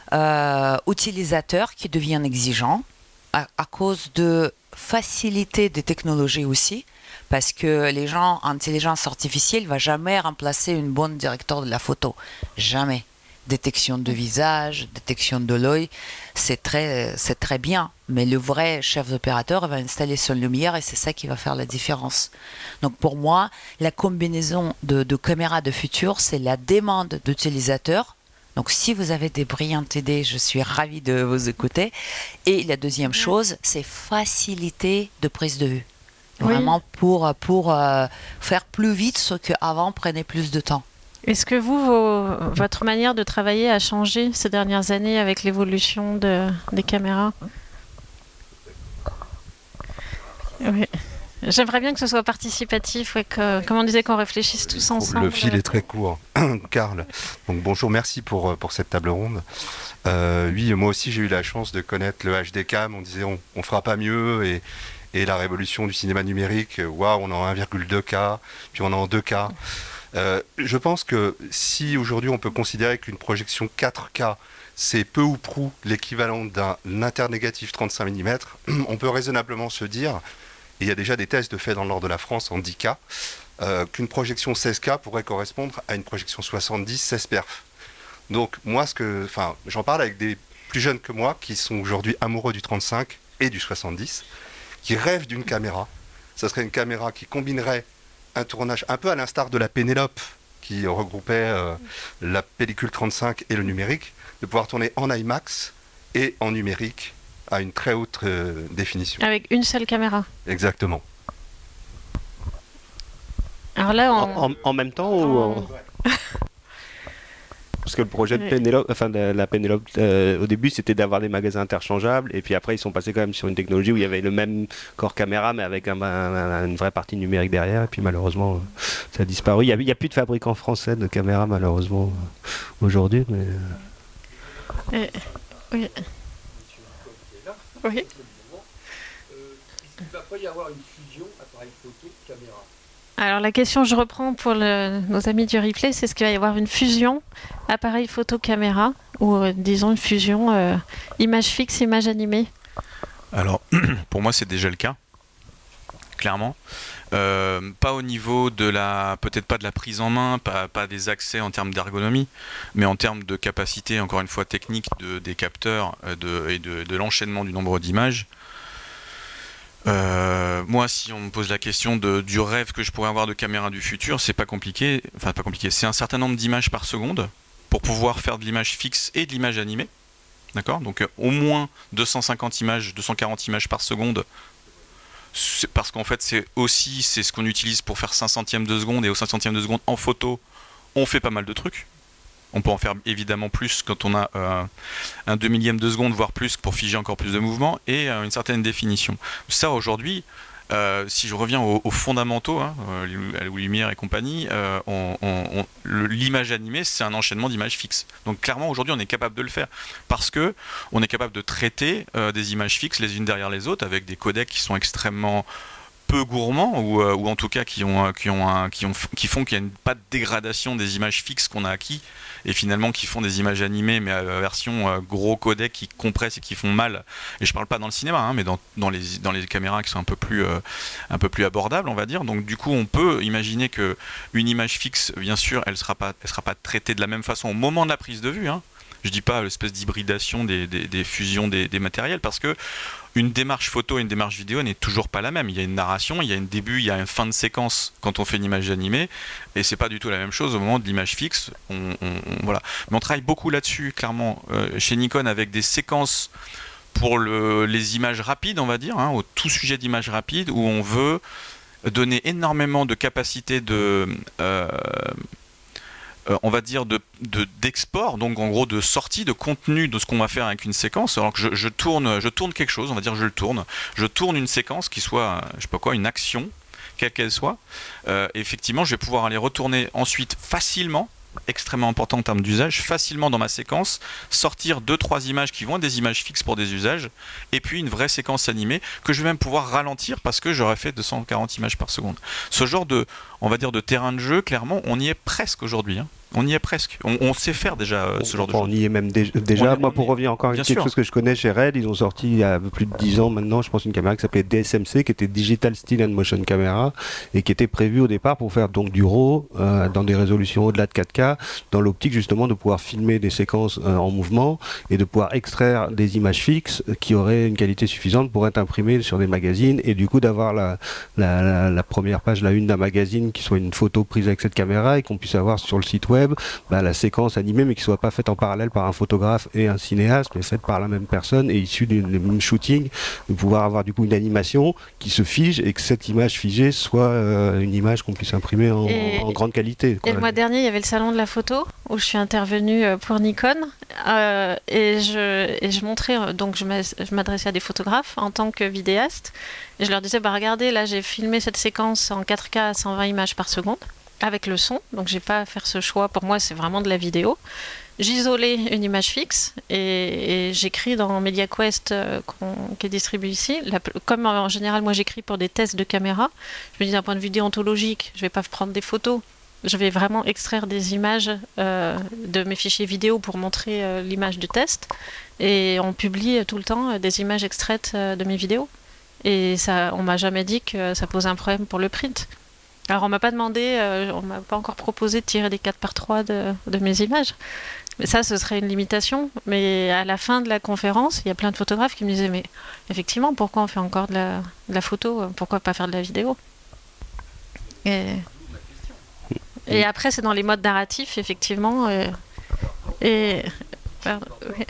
euh, utilisateurs qui deviennent exigeants, à, à cause de facilité des technologies aussi, parce que les gens, intelligence artificielle ne va jamais remplacer une bonne directeur de la photo. Jamais. détection de visage, détection de l'œil, c'est très, c'est très bien. Mais le vrai chef d'opérateur va installer son lumière et c'est ça qui va faire la différence. Donc pour moi, la combinaison de, de caméras de futur, c'est la demande d'utilisateurs. Donc si vous avez des brillantes idées, je suis ravie de vous écouter. Et la deuxième chose, c'est facilité de prise de vue. Vraiment oui. pour, pour euh, faire plus vite ce qu'avant prenait plus de temps. Est-ce que vous, vos, votre manière de travailler a changé ces dernières années avec l'évolution de, des caméras ? Oui. J'aimerais bien que ce soit participatif, ouais, que, comme on disait, qu'on réfléchisse tous ensemble. Le fil est très court. Karl, donc bonjour, merci pour, pour cette table ronde. Euh, oui, moi aussi j'ai eu la chance de connaître le H D cam, on disait on ne fera pas mieux, et, et la révolution du cinéma numérique, waouh, on est en un virgule deux K, puis on est en deux K. Euh, je pense que si aujourd'hui on peut considérer qu'une projection quatre K, c'est peu ou prou l'équivalent d'un internégatif trente-cinq millimètres, on peut raisonnablement se dire, et il y a déjà des tests de fait dans le nord de la France en dix K, euh, qu'une projection seize K pourrait correspondre à une projection soixante-dix seize perf. Donc moi, ce que, enfin, j'en parle avec des plus jeunes que moi qui sont aujourd'hui amoureux du trente-cinq et du soixante-dix, qui rêvent d'une caméra. Ça serait une caméra qui combinerait un tournage un peu à l'instar de la Pénélope, qui regroupait euh, la pellicule trente-cinq et le numérique, de pouvoir tourner en IMAX et en numérique à une très haute euh, définition. Avec une seule caméra. Exactement. Alors là, on... en, en, en même temps ou en... Parce que le projet de Pénélope, enfin de la Pénélope, euh, au début c'était d'avoir des magasins interchangeables, et puis après ils sont passés quand même sur une technologie où il y avait le même corps caméra mais avec un, un, une vraie partie numérique derrière, et puis malheureusement ça a disparu. Il n'y a, a plus de fabricants français de caméras malheureusement aujourd'hui. Mais... Euh, oui. Oui. Est-ce qu'il va pas y avoir une fusion appareil photo caméra ? Alors la question, je reprends pour le, nos amis du replay, c'est est-ce qu'il va y avoir une fusion appareil photo caméra ou euh, disons une fusion euh, image fixe, image animée ? Alors pour moi c'est déjà le cas, clairement. Euh, pas au niveau de la, peut-être pas de la prise en main, pas, pas des accès en termes d'ergonomie, mais en termes de capacité, encore une fois technique, de, des capteurs de, et de, de l'enchaînement du nombre d'images. Euh, moi, si on me pose la question de, du rêve que je pourrais avoir de caméra du futur, c'est pas compliqué. Enfin, pas compliqué. C'est un certain nombre d'images par seconde pour pouvoir faire de l'image fixe et de l'image animée. D'accord ? Donc, euh, au moins deux cent cinquante images, deux cent quarante images par seconde. Parce qu'en fait, c'est aussi c'est ce qu'on utilise pour faire cinq centièmes de seconde, et au cinq centièmes de seconde en photo, on fait pas mal de trucs. On peut en faire évidemment plus quand on a euh, un deux millième de seconde, voire plus, pour figer encore plus de mouvements et euh, une certaine définition. Ça, aujourd'hui, euh, si je reviens aux, aux fondamentaux, hein, à la lumière et compagnie, euh, on, on, on, l'image animée, c'est un enchaînement d'images fixes. Donc clairement, aujourd'hui, on est capable de le faire parce que on est capable de traiter euh, des images fixes les unes derrière les autres avec des codecs qui sont extrêmement peu gourmands ou, euh, ou en tout cas qui, ont, qui, ont un, qui, ont, qui font qu'il n'y a une, pas de dégradation des images fixes qu'on a acquis et finalement qui font des images animées mais à la version euh, gros codec qui compressent et qui font mal. Et je parle pas dans le cinéma hein, mais dans, dans, les, dans les caméras qui sont un peu, plus, euh, un peu plus abordables on va dire. Donc du coup on peut imaginer que une image fixe bien sûr elle sera pas, elle sera pas traitée de la même façon au moment de la prise de vue hein. Je dis pas l'espèce d'hybridation des, des, des fusions des, des matériels parce que une démarche photo et une démarche vidéo n'est toujours pas la même. Il y a une narration, il y a un début, il y a une fin de séquence quand on fait une image animée et c'est pas du tout la même chose au moment de l'image fixe. On, on, on, voilà. Mais on travaille beaucoup là-dessus, clairement, euh, chez Nikon avec des séquences pour le, les images rapides, on va dire, hein, au tout sujet d'images rapides où on veut donner énormément de capacité de... Euh, Euh, on va dire de, de, d'export, donc en gros de sortie de contenu de ce qu'on va faire avec une séquence. Alors que je, je, tourne, je tourne quelque chose, on va dire je le tourne, je tourne une séquence qui soit, je sais pas quoi, une action, quelle qu'elle soit. Euh, effectivement, je vais pouvoir aller retourner ensuite facilement, extrêmement important en termes d'usage, facilement dans ma séquence, sortir deux trois images qui vont être des images fixes pour des usages, et puis une vraie séquence animée que je vais même pouvoir ralentir parce que j'aurais fait deux cent quarante images par seconde. Ce genre de, on va dire, de terrain de jeu, clairement, on y est presque aujourd'hui. Hein. On y est presque. On, on sait faire déjà euh, ce genre de on choses. y est même dé- déjà. On- Moi, on pour est- revenir encore à bien quelque sûr. chose que je connais chez Red, ils ont sorti il y a plus de dix ans maintenant, je pense, une caméra qui s'appelait D S M C, qui était Digital Still and Motion Camera, et qui était prévue au départ pour faire donc du RAW euh, dans des résolutions au-delà de quatre K, dans l'optique justement de pouvoir filmer des séquences euh, en mouvement et de pouvoir extraire des images fixes qui auraient une qualité suffisante pour être imprimées sur des magazines, et du coup d'avoir la, la, la, la première page, la une d'un magazine qui soit une photo prise avec cette caméra et qu'on puisse avoir sur le site web bah, la séquence animée, mais qui soit pas faite en parallèle par un photographe et un cinéaste, mais faite par la même personne et issue du même shooting, de pouvoir avoir du coup une animation qui se fige et que cette image figée soit euh, une image qu'on puisse imprimer en, Et- en grande qualité, quoi. Et le mois dernier, il y avait le salon de la photo où je suis intervenue euh, pour Nikon euh, et, je, et je montrais, euh, donc je m'as- je m'adressais à des photographes en tant que vidéaste et je leur disais, bah regardez, là j'ai filmé cette séquence en quatre K à cent vingt images par seconde avec le son, donc j'ai pas à faire ce choix, pour moi c'est vraiment de la vidéo. J'isolais une image fixe et, et j'écris dans MediaQuest euh, qu'on- qui est distribué ici. La- comme en, en général moi j'écris pour des tests de caméra, je me dis d'un point de vue déontologique, je vais pas prendre des photos. Je vais vraiment extraire des images euh, de mes fichiers vidéo pour montrer euh, l'image de test. Et on publie tout le temps euh, des images extraites euh, de mes vidéos. Et ça, on m'a jamais dit que ça pose un problème pour le print. Alors on m'a pas demandé, euh, on m'a pas encore proposé de tirer des quatre par trois de, de mes images. Mais ça, ce serait une limitation. Mais à la fin de la conférence, il y a plein de photographes qui me disaient, mais effectivement, pourquoi on fait encore de la, de la photo? Pourquoi pas faire de la vidéo? Et... Et après, c'est dans les modes narratifs, effectivement. euh, et. Pardon, oui.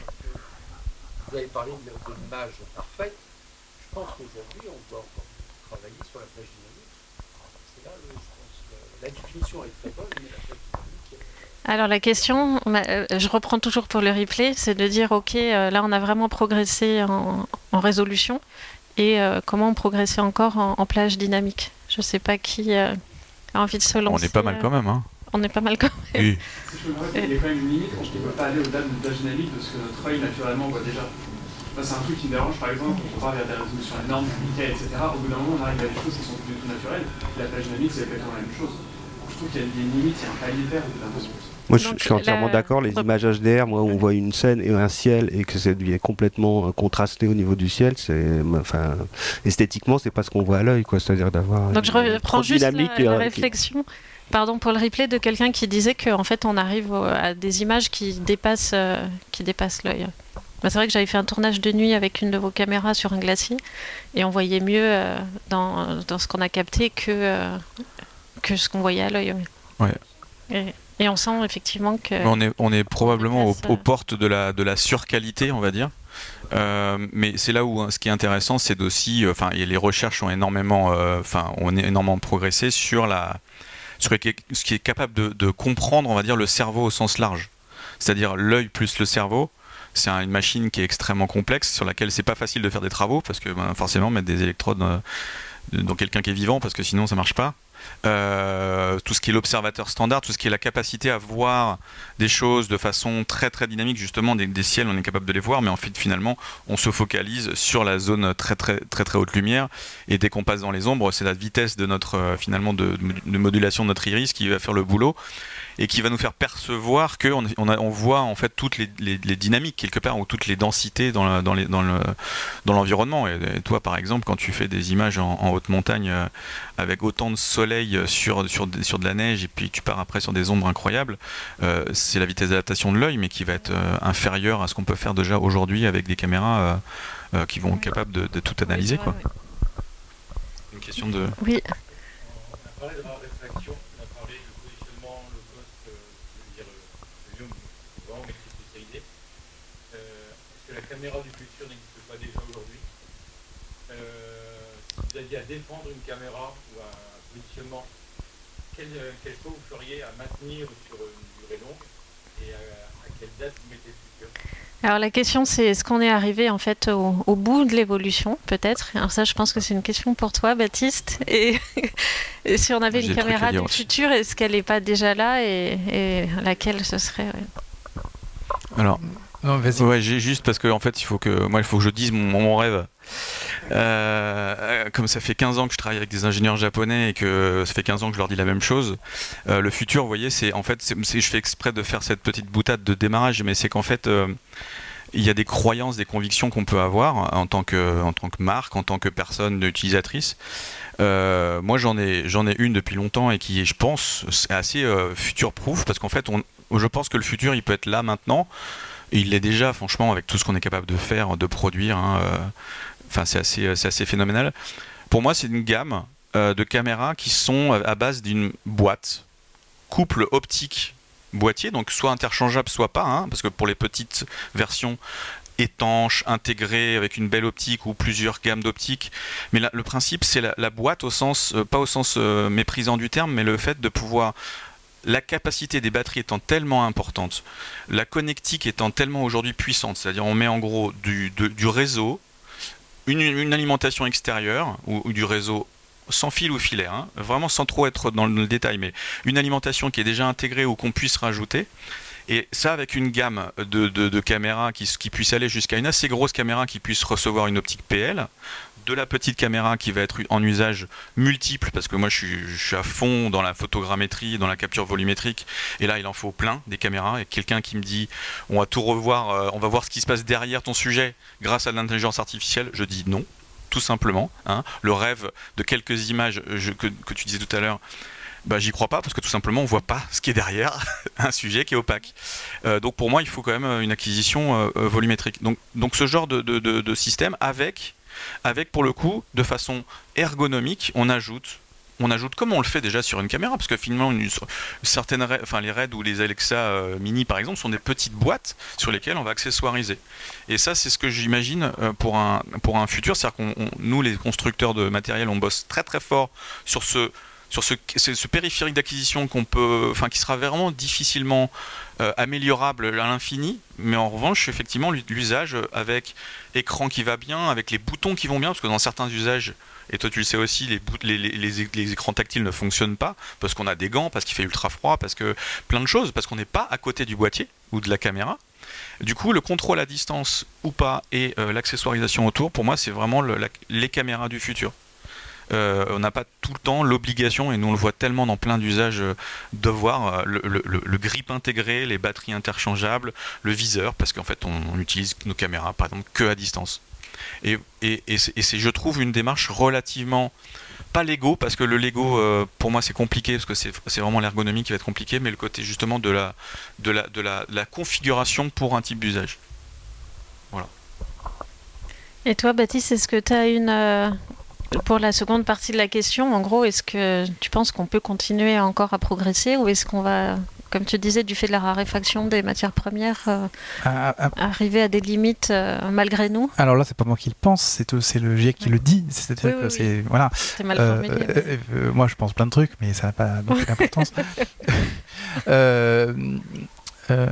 Vous avez parlé de de l'image parfaite. Je pense qu'aujourd'hui, on doit encore travailler sur la plage dynamique. C'est là, le- je pense que la définition est très bonne, mais la plage dynamique. euh, Alors, la question, on m'a- euh, je reprends toujours pour le replay, c'est de dire, OK, euh, là, on a vraiment progressé en, en résolution. Et euh, comment progresser encore en, en plage dynamique? Je sais pas qui euh, a envie de se On lancer. est pas mal quand même. Hein. euh, On est pas mal quand même. Oui. Si je peux me permettre, il y a quand même une limite, on ne peut pas aller au-delà de l'usage dynamique de ce que notre œil naturellement voit déjà. Moi, c'est un truc qui me dérange, par exemple, on part vers des résolutions énormes, nickel, et cetera. Au bout d'un moment, on arrive à des choses qui sont plus du tout naturelles. La plage dynamique, c'est exactement la même chose. Donc, je trouve qu'il y a une limite, il y a un palier vert au bout d'un moment. Moi, je, Donc, je suis entièrement la- d'accord. Les images H D R, moi, où on voit une scène et un ciel et que ça devient complètement euh, contrasté au niveau du ciel, c'est, enfin, esthétiquement, c'est pas ce qu'on voit à l'œil, quoi. C'est-à-dire d'avoir Donc je une reprends trop juste la, dynamique, la euh, qui- réflexion, pardon pour le replay, de quelqu'un qui disait qu'en fait on arrive au- à des images qui dépassent, euh, qui dépassent l'œil. Bah, c'est vrai que j'avais fait un tournage de nuit avec une de vos caméras sur un glacier et on voyait mieux euh, dans, dans ce qu'on a capté que, euh, que ce qu'on voyait à l'œil. oui. Ouais. Et, et on sent effectivement que... Mais on est, on est probablement aux, dépasse, aux euh, portes de la, de la surqualité, on va dire. Euh, mais c'est là où hein, ce qui est intéressant, c'est d'aussi, euh, enfin, et les recherches ont énormément, euh, enfin, ont énormément progressé sur la, sur ce qui est, ce qui est capable de, de comprendre, on va dire, le cerveau au sens large. C'est-à-dire l'œil plus le cerveau. C'est un- une machine qui est extrêmement complexe, sur laquelle c'est pas facile de faire des travaux, parce que ben, forcément mettre des électrodes euh, dans quelqu'un qui est vivant, parce que sinon ça marche pas. Euh, tout ce qui est l'observateur standard, tout ce qui est la capacité à voir des choses de façon très très dynamique, justement des, des ciels on est capable de les voir, mais en fait finalement on se focalise sur la zone très très très très haute lumière, et dès qu'on passe dans les ombres, c'est la vitesse de notre euh, finalement de, de modulation de notre iris qui va faire le boulot et qui va nous faire percevoir que on, on, a, on voit en fait toutes les, les, les dynamiques quelque part, ou toutes les densités dans, la, dans, les, dans, le, dans l'environnement. Et, et toi par exemple, quand tu fais des images en, en haute montagne euh, avec autant de soleil sur, sur, sur de la neige, et puis tu pars après sur des ombres incroyables, euh, c'est la vitesse d'adaptation de l'œil, mais qui va être euh, inférieure à ce qu'on peut faire déjà aujourd'hui avec des caméras euh, euh, qui vont être capables de, de tout analyser, quoi. Une question de... Oui, On a parlé de la réflexion, on a parlé du positionnement, le poste, euh, je veux dire, le lieu où on est spécialisé. Euh, Est-ce que la caméra du futur n'existe pas déjà aujourd'hui? euh, Si vous aviez à défendre une caméra ou un positionnement, quel, euh, quel choix vous feriez à maintenir sur une durée longue, et à, à quelle date vous mettez le futur? alors la question c'est est-ce qu'on est arrivé en fait au, au bout de l'évolution peut-être. Alors ça je pense que c'est une question pour toi Baptiste, et, et si on avait J'ai une des trucs à caméra dire du aussi. futur, est-ce qu'elle n'est pas déjà là, et, et laquelle ce serait? Ouais. Alors, Non, vas-y. ouais, j'ai juste parce que en fait, il faut que moi, il faut que je dise mon, mon rêve. Euh, comme ça fait quinze ans que je travaille avec des ingénieurs japonais et que ça fait quinze ans que je leur dis la même chose, euh, le futur, vous voyez, c'est en fait, c'est, c'est, je fais exprès de faire cette petite boutade de démarrage, mais c'est qu'en fait, euh, il y a des croyances, des convictions qu'on peut avoir en tant que, en tant que marque, en tant que personne utilisatrice. Euh, moi, j'en ai, j'en ai une depuis longtemps et qui, je pense, est assez euh, future-proof parce qu'en fait, on, je pense que le futur, il peut être là maintenant. Et il l'est déjà, franchement, avec tout ce qu'on est capable de faire, de produire. Hein, euh, enfin, c'est assez, c'est assez phénoménal. Pour moi, c'est une gamme euh, de caméras qui sont à base d'une boîte, couple optique boîtier, donc soit interchangeable, soit pas, hein, parce que pour les petites versions étanches, intégrées, avec une belle optique ou plusieurs gammes d'optiques. Mais la, le principe, c'est la, la boîte, au sens, euh, pas au sens euh, méprisant du terme, mais le fait de pouvoir... La capacité des batteries étant tellement importante, la connectique étant tellement aujourd'hui puissante, c'est-à-dire on met en gros du, de, du réseau, une, une alimentation extérieure, ou, ou du réseau sans fil ou filaire, hein, vraiment sans trop être dans le détail, mais une alimentation qui est déjà intégrée ou qu'on puisse rajouter. Et ça avec une gamme de, de, de caméras qui, qui puisse aller jusqu'à une assez grosse caméra qui puisse recevoir une optique P L, de la petite caméra qui va être en usage multiple, parce que moi je suis, je suis à fond dans la photogrammétrie, dans la capture volumétrique, et là il en faut plein des caméras, et quelqu'un qui me dit on va tout revoir, euh, on va voir ce qui se passe derrière ton sujet grâce à l'intelligence artificielle, je dis non, tout simplement, hein. Le rêve de quelques images je, que, que tu disais tout à l'heure, bah, j'y crois pas parce que tout simplement on voit pas ce qui est derrière un sujet qui est opaque. Euh, donc pour moi il faut quand même une acquisition euh, volumétrique. Donc, donc ce genre de, de, de, de système avec, avec pour le coup de façon ergonomique on ajoute, on ajoute comme on le fait déjà sur une caméra, parce que finalement une, certaines, enfin les Red ou les Alexa euh, Mini par exemple sont des petites boîtes sur lesquelles on va accessoiriser. Et ça c'est ce que j'imagine euh, pour un, pour un futur, c'est-à-dire qu'on on, nous les constructeurs de matériel on bosse très très fort sur ce sur ce, ce périphérique d'acquisition qu'on peut, enfin, qui sera vraiment difficilement euh, améliorable à l'infini, mais en revanche, effectivement, l'usage avec écran qui va bien, avec les boutons qui vont bien, parce que dans certains usages, et toi tu le sais aussi, les, bout, les, les, les, les écrans tactiles ne fonctionnent pas, parce qu'on a des gants, parce qu'il fait ultra froid, parce que plein de choses, parce qu'on n'est pas à côté du boîtier ou de la caméra. Du coup, le contrôle à distance ou pas, et euh, l'accessoirisation autour, pour moi, c'est vraiment le, la, les caméras du futur. Euh, on n'a pas tout le temps l'obligation, et nous on le voit tellement dans plein d'usages, euh, de voir euh, le, le, le grip intégré, les batteries interchangeables, le viseur, parce qu'en fait on, on utilise nos caméras par exemple que à distance. Et, et, et, c'est, et c'est, je trouve, une démarche relativement, pas Lego, parce que le Lego euh, pour moi c'est compliqué, parce que c'est, c'est vraiment l'ergonomie qui va être compliquée, mais le côté justement de la, de la, de la, de la configuration pour un type d'usage. Voilà. Et toi Baptiste, est-ce que tu as une... Euh... Pour la seconde partie de la question, en gros, est-ce que tu penses qu'on peut continuer encore à progresser, ou est-ce qu'on va, comme tu disais, du fait de la raréfaction des matières premières, euh, ah, ah, arriver à des limites euh, malgré nous? Alors là, c'est pas moi qui le pense, c'est, c'est le GIEC qui ouais. le dit. C'est-à-dire oui, que oui, c'est oui. voilà. C'est mal formulé. Euh, euh, euh, moi, je pense plein de trucs, mais ça n'a pas beaucoup d'importance. euh, euh,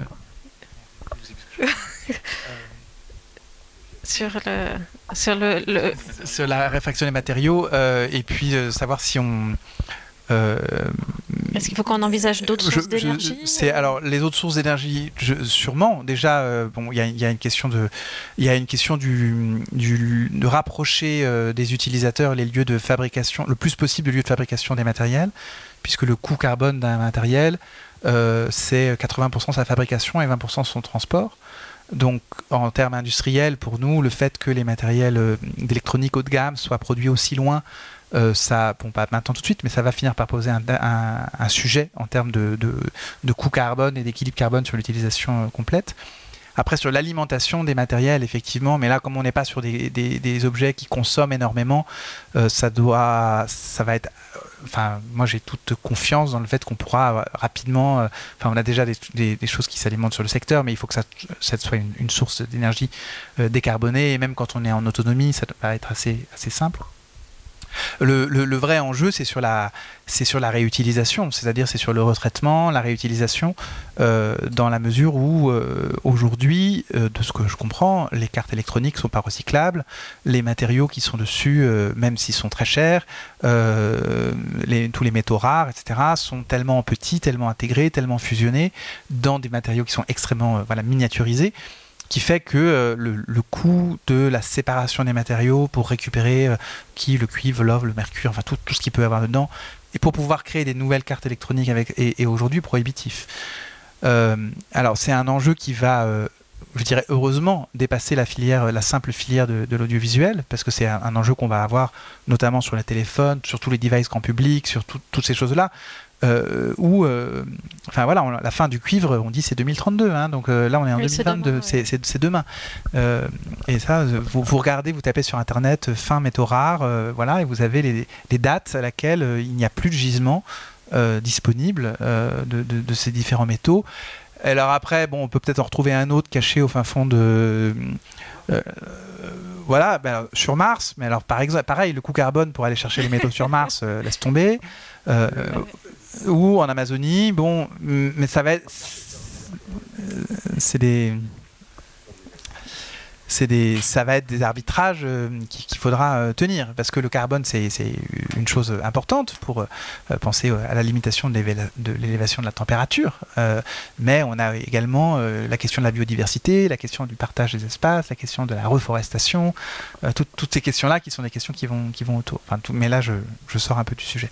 Sur, le, sur, le, le... sur la réfraction des matériaux, euh, et puis euh, savoir si on... Euh, Est-ce qu'il faut qu'on envisage d'autres je, sources d'énergie je, c'est, alors, les autres sources d'énergie, je, sûrement. Déjà, euh, bon, il y, y a une question de, il y a une question du, du, de rapprocher euh, des utilisateurs les lieux de fabrication, le plus possible les lieux de fabrication des matériels, puisque le coût carbone d'un matériel, euh, c'est quatre-vingts pour cent sa fabrication et vingt pour cent son transport. Donc, en termes industriels, pour nous, le fait que les matériels euh, d'électronique haut de gamme soient produits aussi loin, euh, ça, bon, pas maintenant tout de suite, mais ça va finir par poser un, un, un sujet en termes de, de, de coût carbone et d'équilibre carbone sur l'utilisation euh, complète. Après, sur l'alimentation des matériels, effectivement, mais là, comme on n'est pas sur des, des, des objets qui consomment énormément, euh, ça doit, ça va être... Enfin, moi, j'ai toute confiance dans le fait qu'on pourra rapidement... Euh, enfin, on a déjà des, des, des choses qui s'alimentent sur le secteur, mais il faut que ça, ça soit une, une source d'énergie euh, décarbonée, et même quand on est en autonomie, ça va être assez, assez simple. Le, le, le vrai enjeu, c'est sur la, c'est sur la réutilisation, c'est-à-dire c'est sur le retraitement, la réutilisation, euh, dans la mesure où euh, aujourd'hui, euh, de ce que je comprends, les cartes électroniques ne sont pas recyclables, les matériaux qui sont dessus, euh, même s'ils sont très chers, euh, les, tous les métaux rares, et cetera, sont tellement petits, tellement intégrés, tellement fusionnés dans des matériaux qui sont extrêmement euh, voilà, miniaturisés, qui fait que euh, le, le coût de la séparation des matériaux pour récupérer euh, qui, le cuivre, l'or, le mercure, enfin tout, tout ce qu'il peut y avoir dedans, et pour pouvoir créer des nouvelles cartes électroniques avec, et, et aujourd'hui prohibitif. Euh, alors c'est un enjeu qui va, euh, je dirais heureusement, dépasser la filière, la simple filière de, de l'audiovisuel, parce que c'est un, un enjeu qu'on va avoir notamment sur les téléphones, sur tous les devices grand public, sur tout, toutes ces choses-là. Euh, où, euh, enfin voilà, on, la fin du cuivre, on dit c'est deux mille trente-deux, hein, donc euh, là on est en Oui, deux mille vingt-deux, c'est, c'est, c'est demain. Euh, et ça, vous, vous regardez, vous tapez sur internet fin métaux rares, euh, voilà, et vous avez les, les dates à laquelle euh, il n'y a plus de gisement euh, disponible euh, de, de, de ces différents métaux. Alors après, bon, on peut peut-être en retrouver un autre caché au fin fond de. Euh, voilà, ben alors, sur Mars, mais alors par exemple, pareil, le coût carbone pour aller chercher les métaux sur Mars, euh, laisse tomber. Euh, ou en Amazonie, bon, mais ça va être. C'est des. C'est des, ça va être des arbitrages euh, qu'il, qu'il faudra euh, tenir, parce que le carbone, c'est, c'est une chose importante pour euh, penser à la limitation de, l'évéla- de l'élévation de la température. Euh, mais on a également euh, la question de la biodiversité, la question du partage des espaces, la question de la reforestation, euh, tout, toutes ces questions-là qui sont des questions qui vont, qui vont autour. Enfin, tout, mais là, je, je sors un peu du sujet.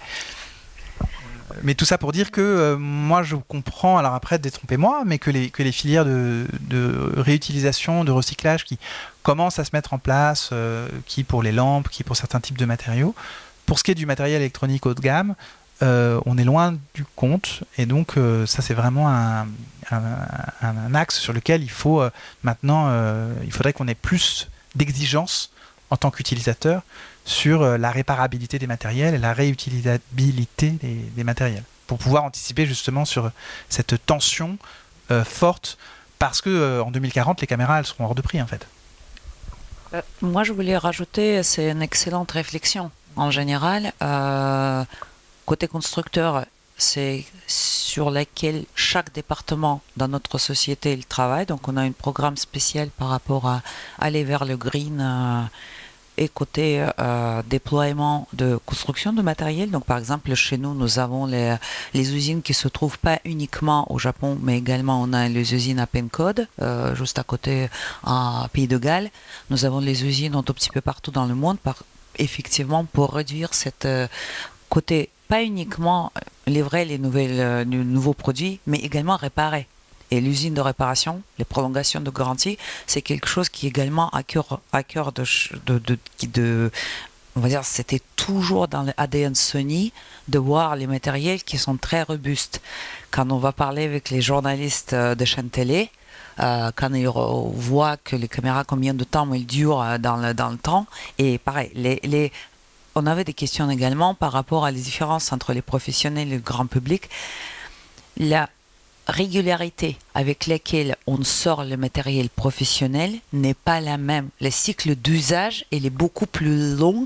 Mais tout ça pour dire que euh, moi je comprends, alors après détrompez-moi, mais que les, que les filières de, de réutilisation, de recyclage qui commencent à se mettre en place, euh, qui pour les lampes, qui pour certains types de matériaux, pour ce qui est du matériel électronique haut de gamme, euh, on est loin du compte, et donc euh, ça c'est vraiment un, un, un, un axe sur lequel il faut euh, maintenant, euh, il faudrait qu'on ait plus d'exigences en tant qu'utilisateur sur la réparabilité des matériels et la réutilisabilité des, des matériels, pour pouvoir anticiper justement sur cette tension euh, forte, parce que euh, en deux mille quarante, les caméras, elles seront hors de prix, en fait. Euh, moi, je voulais rajouter, c'est une excellente réflexion. En général, euh, côté constructeur, c'est sur laquelle chaque département dans notre société il travaille. Donc, on a un programme spécial par rapport à aller vers le green. Euh, Et côté euh, déploiement de construction de matériel, donc par exemple chez nous, nous avons les, les usines qui se trouvent pas uniquement au Japon, mais également on a les usines à Pencode, euh, juste à côté en Pays de Galles. Nous avons les usines un tout petit peu partout dans le monde, par, effectivement pour réduire cette euh, côté, pas uniquement livrer les nouvelles, euh, nouveaux produits, mais également réparer. Et l'usine de réparation, les prolongations de garantie, c'est quelque chose qui est également à cœur, à cœur de, de, de, de, on va dire, c'était toujours dans l'A D N Sony de voir les matériels qui sont très robustes. Quand on va parler avec les journalistes de chaîne télé, euh, quand ils voient que les caméras, combien de temps elles durent dans le, dans le temps, et pareil, les, les, on avait des questions également par rapport à les différences entre les professionnels et le grand public. La régularité avec laquelle on sort le matériel professionnel n'est pas la même. Le cycle d'usage il est beaucoup plus long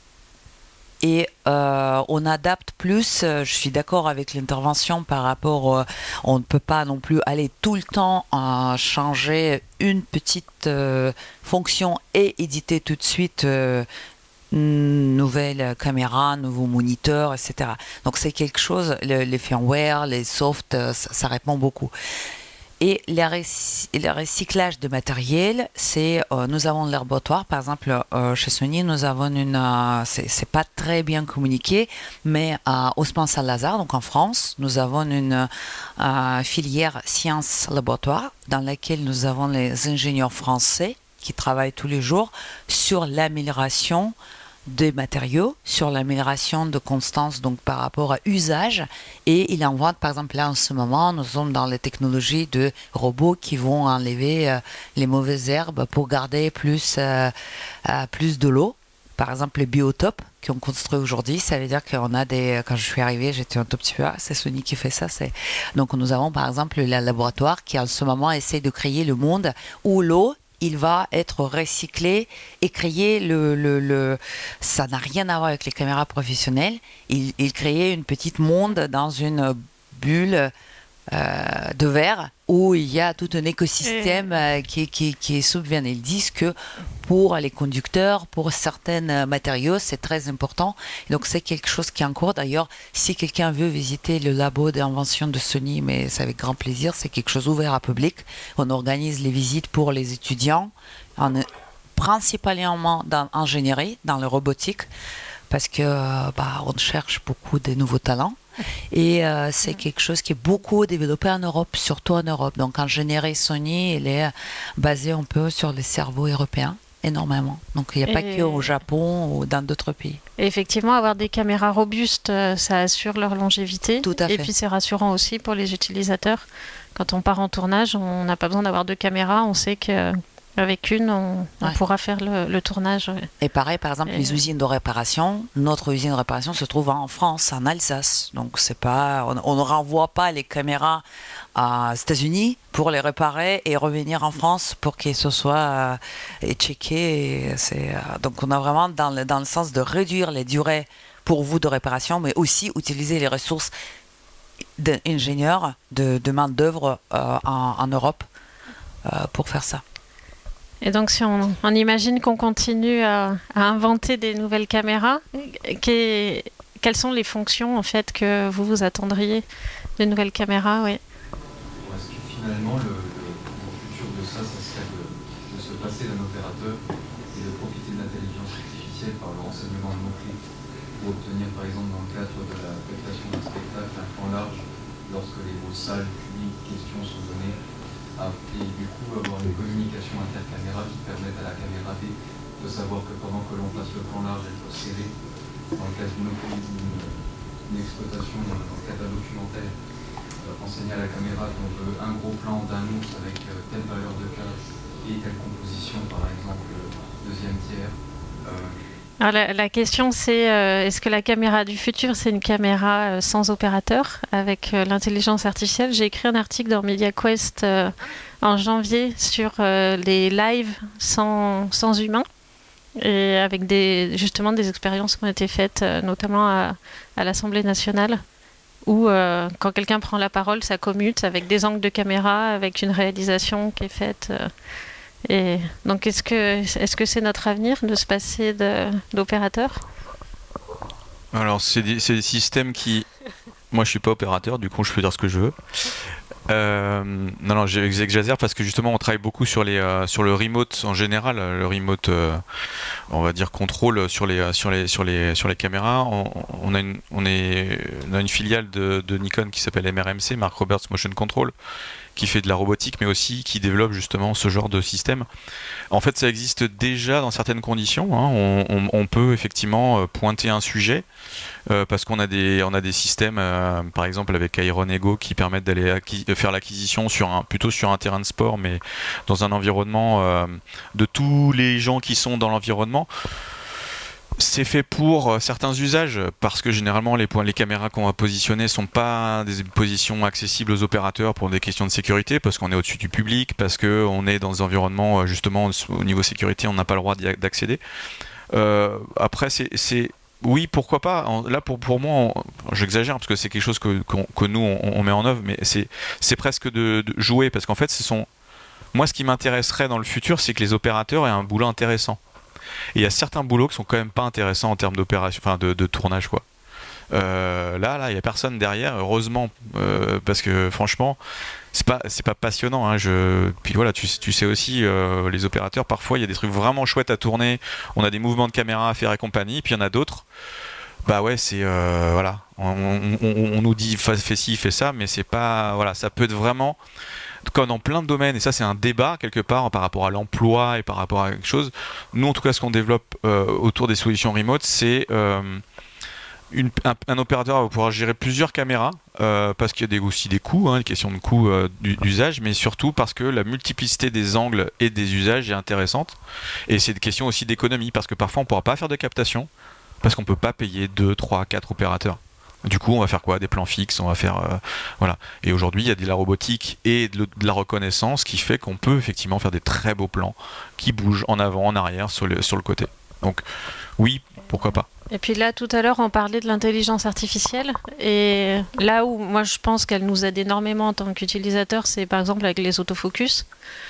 et euh, on adapte plus. Je suis d'accord avec l'intervention par rapport, euh, on ne peut pas non plus aller tout le temps à changer une petite euh, fonction et éditer tout de suite euh, nouvelle caméra, nouveau moniteur, et cetera. Donc c'est quelque chose, le, les firmware, les softs, ça, ça répond beaucoup. Et le recyclage de matériel, c'est, euh, nous avons le laboratoire, par exemple, euh, chez Sony, nous avons une, euh, c'est, c'est pas très bien communiqué, mais à Haussmann-Saint-Lazare, donc en France, nous avons une euh, filière sciences laboratoire dans laquelle nous avons les ingénieurs français qui travaillent tous les jours sur l'amélioration des matériaux, sur l'amélioration de constance donc par rapport à usage, et il invente par exemple là en ce moment nous sommes dans les technologies de robots qui vont enlever euh, les mauvaises herbes pour garder plus, euh, euh, plus de l'eau. Par exemple les biotopes qu'on construit aujourd'hui, ça veut dire qu'on a des, quand je suis arrivée j'étais un tout petit peu, ah, c'est Sony qui fait ça, c'est... donc nous avons par exemple le laboratoire qui en ce moment essaie de créer le monde où l'eau il va être recyclé et créer le, le, le... ça n'a rien à voir avec les caméras professionnelles. Il, il crée une petite monde dans une bulle euh, de verre où il y a tout un écosystème euh, qui, qui, qui subvient. Ils disent que pour les conducteurs, pour certains matériaux, c'est très important. Et donc c'est quelque chose qui est en cours. D'ailleurs, si quelqu'un veut visiter le labo d'invention de Sony, mais c'est avec grand plaisir, c'est quelque chose ouvert à public. On organise les visites pour les étudiants, en, principalement dans l'ingénierie, dans la robotique, parce que bah, on cherche beaucoup de nouveaux talents. Et euh, c'est quelque chose qui est beaucoup développé en Europe, surtout en Europe. Donc l'ingénierie Sony, elle est basée un peu sur les cerveaux européens, énormément. Donc il n'y a et... pas que au Japon ou dans d'autres pays. Et effectivement, avoir des caméras robustes, ça assure leur longévité. Tout à fait. Et puis c'est rassurant aussi pour les utilisateurs. Quand on part en tournage, on n'a pas besoin d'avoir deux caméras, on sait que... Avec une, on, on ouais. pourra faire le, le tournage. Ouais. Et pareil, par exemple, et... les usines de réparation, notre usine de réparation se trouve en France, en Alsace. Donc, c'est pas, on, on ne renvoie pas les caméras aux États-Unis pour les réparer et revenir en France pour qu'ils se soient euh, checkés. C'est, euh, donc, on a vraiment dans le, dans le sens de réduire les durées pour vous de réparation, mais aussi utiliser les ressources d'ingénieurs, de, de main-d'œuvre euh, en, en Europe euh, pour faire ça. Et donc, si on, on imagine qu'on continue à, à inventer des nouvelles caméras, qu'est, quelles sont les fonctions en fait que vous vous attendriez de nouvelles caméras, oui. Est-ce que finalement le, le, le futur de ça, ça serait de, de se passer d'un opérateur et de profiter de l'intelligence artificielle par le renseignement de mots-clés pour obtenir, par exemple, dans le cadre de la captation d'un spectacle, un plan large, lorsque les grosses salles publiques questions sont données. Et du coup avoir une communication intercaméra qui permette à la caméra B de savoir que pendant que l'on passe le plan large, elle doit serrer. Dans le cas d'une une exploitation, dans le cas d'un documentaire, euh, enseigner à la caméra qu'on veut un gros plan d'un ours avec euh, telle valeur de cage et telle composition, par exemple, deuxième tiers. Euh, Alors la, la question c'est euh, est-ce que la caméra du futur c'est une caméra euh, sans opérateur avec euh, l'intelligence artificielle? J'ai écrit un article dans MediaQuest euh, en janvier sur euh, les lives sans, sans humain et avec des, justement des expériences qui ont été faites euh, notamment à, à l'Assemblée nationale où euh, quand quelqu'un prend la parole ça commute avec des angles de caméra, avec une réalisation qui est faite euh, Et donc, est-ce que est-ce que c'est notre avenir de se passer de, d'opérateur? Alors, c'est des, c'est des systèmes qui... Moi, je suis pas opérateur, du coup, je peux dire ce que je veux. Euh, non, non, j'exagère parce que justement, on travaille beaucoup sur les euh, sur le remote en général, le remote, euh, on va dire contrôle sur les sur les sur les sur les caméras. On, on a une on est on a une filiale de, de Nikon qui s'appelle M R M C, Mark Roberts Motion Control, qui fait de la robotique, mais aussi qui développe justement ce genre de système. En fait, ça existe déjà dans certaines conditions. Hein. On, on, on peut effectivement pointer un sujet euh, parce qu'on a des, on a des systèmes, euh, par exemple avec Iron Ego, qui permettent d'aller acquis, de faire l'acquisition sur un, plutôt sur un terrain de sport, mais dans un environnement euh, de tous les gens qui sont dans l'environnement. C'est fait pour certains usages parce que généralement les, points, les caméras qu'on va positionner ne sont pas des positions accessibles aux opérateurs pour des questions de sécurité, parce qu'on est au-dessus du public, parce qu'on est dans des environnements justement au niveau sécurité, on n'a pas le droit d'accéder. Euh, après, c'est, c'est oui, pourquoi pas. Là, pour, pour moi, j'exagère parce que c'est quelque chose que, que, que nous on, on met en œuvre, mais c'est, c'est presque de, de jouer parce qu'en fait, ce sont... moi, ce qui m'intéresserait dans le futur, c'est que les opérateurs aient un boulot intéressant. Et il y a certains boulots qui sont quand même pas intéressants en termes d'opération, enfin de, de tournage quoi. Euh, là, là, il y a personne derrière, heureusement, euh, parce que franchement, c'est pas, c'est pas passionnant. Hein, je... Puis voilà, tu, tu sais aussi, euh, les opérateurs, parfois, il y a des trucs vraiment chouettes à tourner. On a des mouvements de caméra à faire et compagnie. Puis il y en a d'autres. Bah ouais, c'est euh, voilà, on, on, on, on nous dit fais ci, fais ça, mais c'est pas, voilà, ça peut être vraiment comme dans plein de domaines, et ça c'est un débat quelque part par rapport à l'emploi et par rapport à quelque chose. Nous en tout cas ce qu'on développe euh, autour des solutions remote, c'est euh, une, un, un opérateur va pouvoir gérer plusieurs caméras euh, parce qu'il y a des, aussi des coûts, hein, une question de coût euh, d'usage, mais surtout parce que la multiplicité des angles et des usages est intéressante, et c'est une question aussi d'économie parce que parfois on ne pourra pas faire de captation parce qu'on ne peut pas payer deux, trois, quatre opérateurs. Du coup, on va faire quoi? Des plans fixes, on va faire... Euh, voilà. Et aujourd'hui, il y a de la robotique et de, de la reconnaissance qui fait qu'on peut effectivement faire des très beaux plans qui bougent en avant, en arrière, sur le, sur le côté. Donc, oui, pourquoi pas. Et puis là, tout à l'heure, on parlait de l'intelligence artificielle. Et là où moi, je pense qu'elle nous aide énormément en tant qu'utilisateur, c'est par exemple avec les autofocus,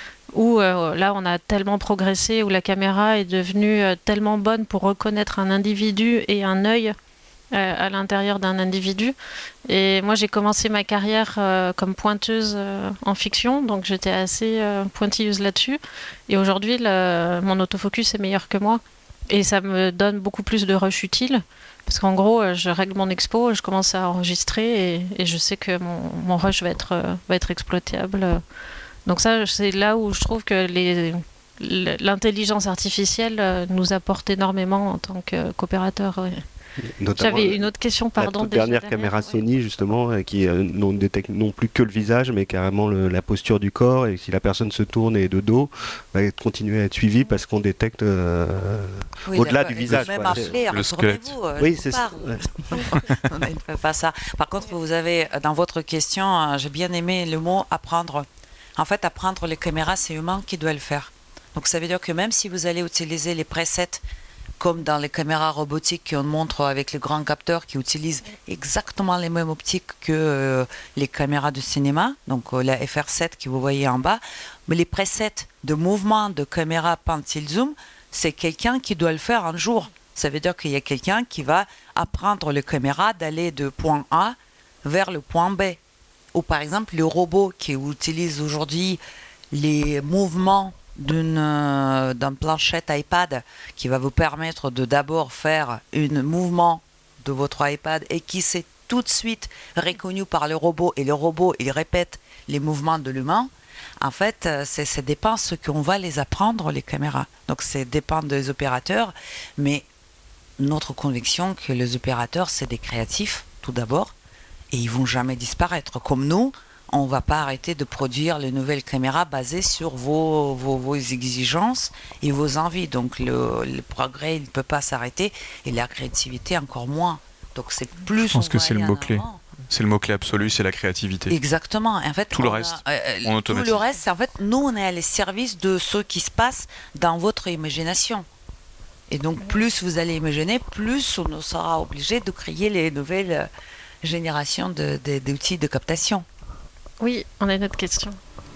où euh, là, on a tellement progressé, où la caméra est devenue euh, tellement bonne pour reconnaître un individu et un œil euh, à l'intérieur d'un individu. Et moi, j'ai commencé ma carrière euh, comme pointeuse euh, en fiction, donc j'étais assez euh, pointilleuse là-dessus. Et aujourd'hui, le- mon autofocus est meilleur que moi. Et ça me donne beaucoup plus de rush utile. Parce qu'en gros, euh, je règle mon expo, je commence à enregistrer et, et je sais que mon, mon rush va être, euh, va être exploitable. Donc ça, c'est là où je trouve que les, l'intelligence artificielle euh, nous apporte énormément en tant que coopérateur. Ouais. Notamment, J'avais une autre question, pardon. La toute déjà dernière derrière, caméra ouais. Sony, justement, euh, qui euh, ne détecte non plus que le visage, mais carrément le- la posture du corps. Et si la personne se tourne et est de dos, va continuer à être suivie parce qu'on détecte euh, Oui, au-delà la- du elle visage. peut même quoi. C'est- appeler, le squelette. retournez-vous, euh, Oui, je c'est vous ça. parle. Ouais. On ne fait pas ça. Par contre, vous avez, dans votre question, euh, j'ai bien aimé le mot apprendre. En fait, apprendre les caméras, c'est humain qui doit le faire. Donc ça veut dire que même si vous allez utiliser les presets, comme dans les caméras robotiques qu'on montre avec les grands capteurs qui utilisent exactement les mêmes optiques que euh, les caméras de cinéma, donc euh, la F R sept que vous voyez en bas, mais les presets de mouvement de caméra pan tilt zoom, c'est quelqu'un qui doit le faire un jour. Ça veut dire qu'il y a quelqu'un qui va apprendre les caméras d'aller de point A vers le point B. Ou par exemple, les robots qui utilisent aujourd'hui les mouvements d'une euh, d'un planchette iPad qui va vous permettre de d'abord faire un mouvement de votre iPad et qui s'est tout de suite reconnu par le robot et le robot il répète les mouvements de l'humain. En fait, euh, c'est, ça dépend ce qu'on va les apprendre les caméras. Donc, ça dépend des opérateurs, mais notre conviction que les opérateurs c'est des créatifs tout d'abord et ils vont jamais disparaître. Comme nous, on ne va pas arrêter de produire les nouvelles caméras basées sur vos, vos, vos exigences et vos envies. Donc le, le progrès il ne peut pas s'arrêter et la créativité encore moins. Donc c'est plus. Je pense on que va c'est le aller en mot-clé. avant. C'est le mot-clé absolu, c'est la créativité. Exactement. En fait, Tout le on a- reste, euh, on tout automatise. le reste, en fait, nous on est à le service de ce qui se passe dans votre imagination. Et donc plus vous allez imaginer, plus on sera obligé de créer les nouvelles euh, générations de, de- d'outils de captation. Oui, on a une autre question.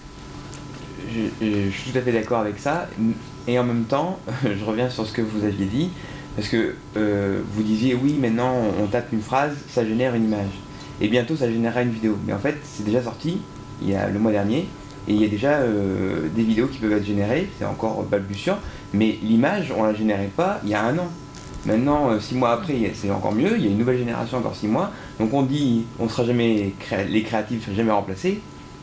Je, je suis tout à fait d'accord avec ça. Et en même temps, je reviens sur ce que vous aviez dit. Parce que euh, vous disiez, oui, maintenant on tape une phrase, ça génère une image. Et bientôt ça générera une vidéo. Mais en fait, c'est déjà sorti, il y a le mois dernier. Et il y a déjà euh, des vidéos qui peuvent être générées, c'est encore balbutiant. Mais l'image, on ne la générait pas il y a un an. Maintenant, euh, six mois après, c'est encore mieux. Il y a une nouvelle génération encore six mois. Donc on dit, on sera jamais cré- les créatifs ne seront jamais remplacés.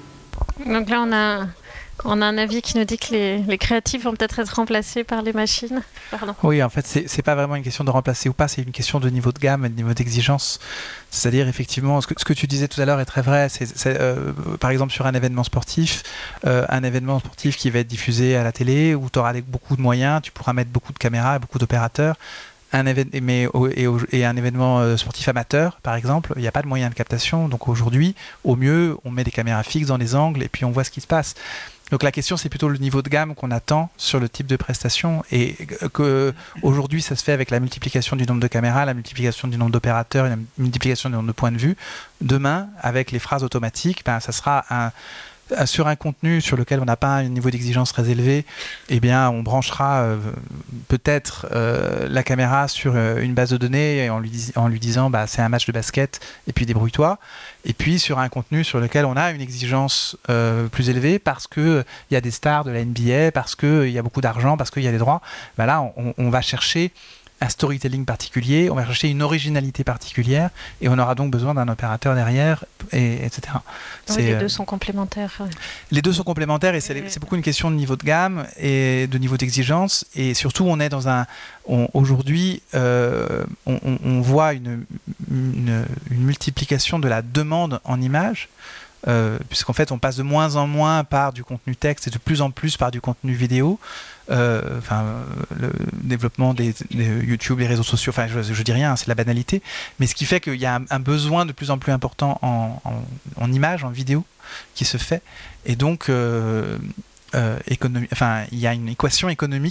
Donc là, on a, on a un avis qui nous dit que les, les créatifs vont peut-être être remplacés par les machines. Pardon. Oui, en fait, c'est c'est pas vraiment une question de remplacer ou pas, c'est une question de niveau de gamme et de niveau d'exigence. C'est-à-dire, effectivement, ce que, ce que tu disais tout à l'heure est très vrai. C'est, c'est, euh, par exemple, sur un événement sportif, euh, un événement sportif qui va être diffusé à la télé, où tu auras beaucoup de moyens, tu pourras mettre beaucoup de caméras et beaucoup d'opérateurs. Un évén- mais, au- et, au- et un événement euh, sportif amateur, par exemple, il n'y a pas de moyen de captation. Donc aujourd'hui, au mieux, on met des caméras fixes dans les angles et puis on voit ce qui se passe. Donc la question, c'est plutôt le niveau de gamme qu'on attend sur le type de prestation. Et que aujourd'hui, ça se fait avec la multiplication du nombre de caméras, la multiplication du nombre d'opérateurs, la multiplication du nombre de points de vue. Demain, avec les phrases automatiques, ben, ça sera un... sur un contenu sur lequel on n'a pas un niveau d'exigence très élevé, eh bien, on branchera euh, peut-être euh, la caméra sur euh, une base de données en lui, dis- en lui disant bah, c'est un match de basket et puis débrouille-toi. Et puis sur un contenu sur lequel on a une exigence euh, plus élevée parce qu'il y a des stars de la N B A, parce qu'il y a beaucoup d'argent, parce qu'il y a des droits, bah là, on, on va chercher un storytelling particulier, on va chercher une originalité particulière et on aura donc besoin d'un opérateur derrière, et, etc. Oui, C'est, les euh, deux sont complémentaires. ouais. les deux sont complémentaires et c'est, Oui. c'est beaucoup une question de niveau de gamme et de niveau d'exigence. Et surtout, on est dans un. on- aujourd'hui, euh, on, on- on voit une, une, une multiplication de la demande en images. Euh, puisqu'en fait on passe de moins en moins par du contenu texte et de plus en plus par du contenu vidéo. Euh, enfin, le développement des, des YouTube, les réseaux sociaux, enfin je, je dis rien, c'est la banalité, mais ce qui fait qu'il y a un, un besoin de plus en plus important en, en, en images, en vidéo qui se fait, et donc euh, euh, économie, enfin, il y a une équation économique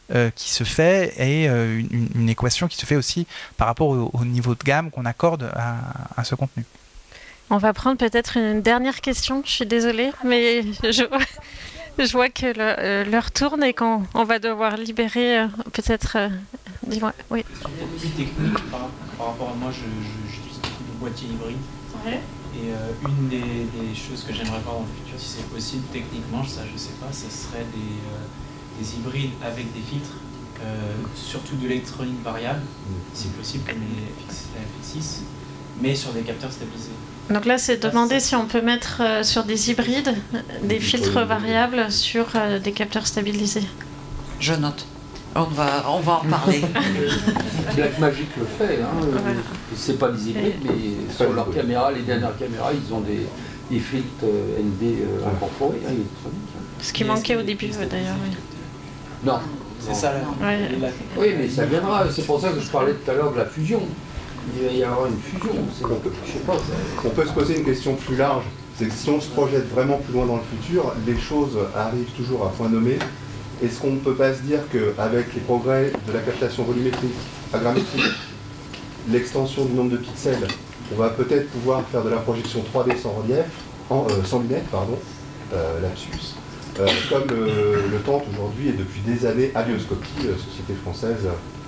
euh, qui se fait et euh, une, une équation qui se fait aussi par rapport au, au niveau de gamme qu'on accorde à, à ce contenu. On va prendre peut-être une dernière question, je suis désolée, mais je vois, je vois que le, euh, l'heure tourne et qu'on on va devoir libérer euh, peut-être... Euh, dis-moi, oui. Une technique par, par rapport à moi, je, je, j'utilise beaucoup de boîtiers hybrides. Ouais. Et euh, une des, des choses que j'aimerais voir dans le futur, si c'est possible, techniquement, ça je sais pas, ce serait des, euh, des hybrides avec des filtres, euh, surtout de l'électronique variable, si possible, comme les F X six, mais sur des capteurs stabilisés. Donc là, c'est demander si on peut mettre euh, sur des hybrides des filtres variables sur euh, des capteurs stabilisés. Je note. On va, on va en parler. Blackmagic le fait, hein. Voilà. C'est pas les hybrides, mais sur leurs caméras, les dernières caméras, ils ont des, des filtres euh, N D euh, incorporés, hein, électroniques. Ce qui manquait au début, euh, d'ailleurs. Oui. Non. C'est ça là. Ouais. Oui, mais ça viendra. C'est pour ça que je parlais tout à l'heure de la fusion. Il va y avoir une fusion. C'est, je sais pas. Ça... On peut se poser une question plus large. C'est que si on se projette vraiment plus loin dans le futur, les choses arrivent toujours à point nommé. Est-ce qu'on ne peut pas se dire qu'avec les progrès de la captation volumétrique, agrammétrique, l'extension du nombre de pixels, on va peut-être pouvoir faire de la projection trois D sans relief, en, euh, sans lunettes, pardon, euh, lapsus, euh, comme le, le tente aujourd'hui et depuis des années Alioscopie, euh, société française.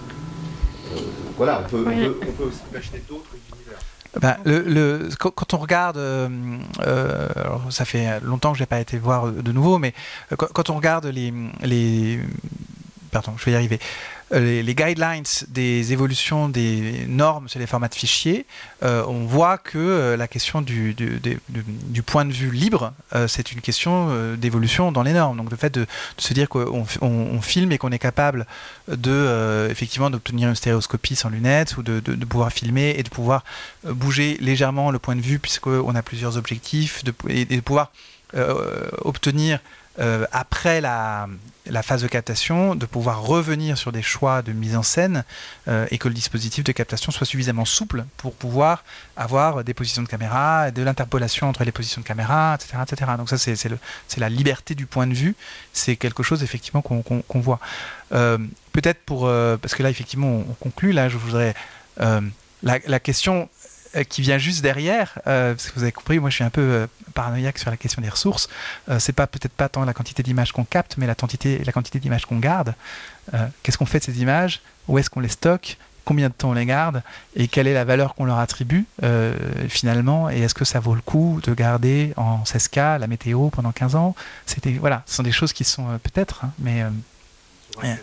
Euh, voilà, on peut, Oui. on peut, on peut aussi imaginer d'autres univers. Ben, le, le, quand, quand on regarde, euh, euh, alors ça fait longtemps que je n'ai pas été voir de nouveau, mais quand, quand on regarde les, les, pardon, je vais y arriver, les, les guidelines des évolutions des normes sur les formats de fichiers, euh, on voit que euh, la question du, du, du, du point de vue libre, euh, c'est une question euh, d'évolution dans les normes. Donc le fait de, de se dire qu'on on, on filme et qu'on est capable de euh, effectivement d'obtenir une stéréoscopie sans lunettes ou de, de, de pouvoir filmer et de pouvoir euh, bouger légèrement le point de vue puisqu'on a plusieurs objectifs de, et, et de pouvoir euh, obtenir Euh, après la, la phase de captation, de pouvoir revenir sur des choix de mise en scène euh, et que le dispositif de captation soit suffisamment souple pour pouvoir avoir des positions de caméra, de l'interpolation entre les positions de caméra, et cetera et cetera. Donc ça, c'est, c'est, le, c'est la liberté du point de vue. C'est quelque chose, effectivement, qu'on, qu'on, qu'on voit. Euh, peut-être pour... Euh, parce que là, effectivement, on, on conclut. Là, je voudrais... Euh, la, la question qui vient juste derrière, euh, parce que vous avez compris, moi je suis un peu euh, paranoïaque sur la question des ressources. Euh, c'est pas peut-être pas tant la quantité d'images qu'on capte, mais la quantité, la quantité d'images qu'on garde. Euh, qu'est-ce qu'on fait de ces images? Où est-ce qu'on les stocke? Combien de temps on les garde? Et quelle est la valeur qu'on leur attribue euh, finalement? Et est-ce que ça vaut le coup de garder en seize K la météo pendant quinze ans? C'était, voilà, ce sont des choses qui sont euh, peut-être, hein, mais euh, ouais.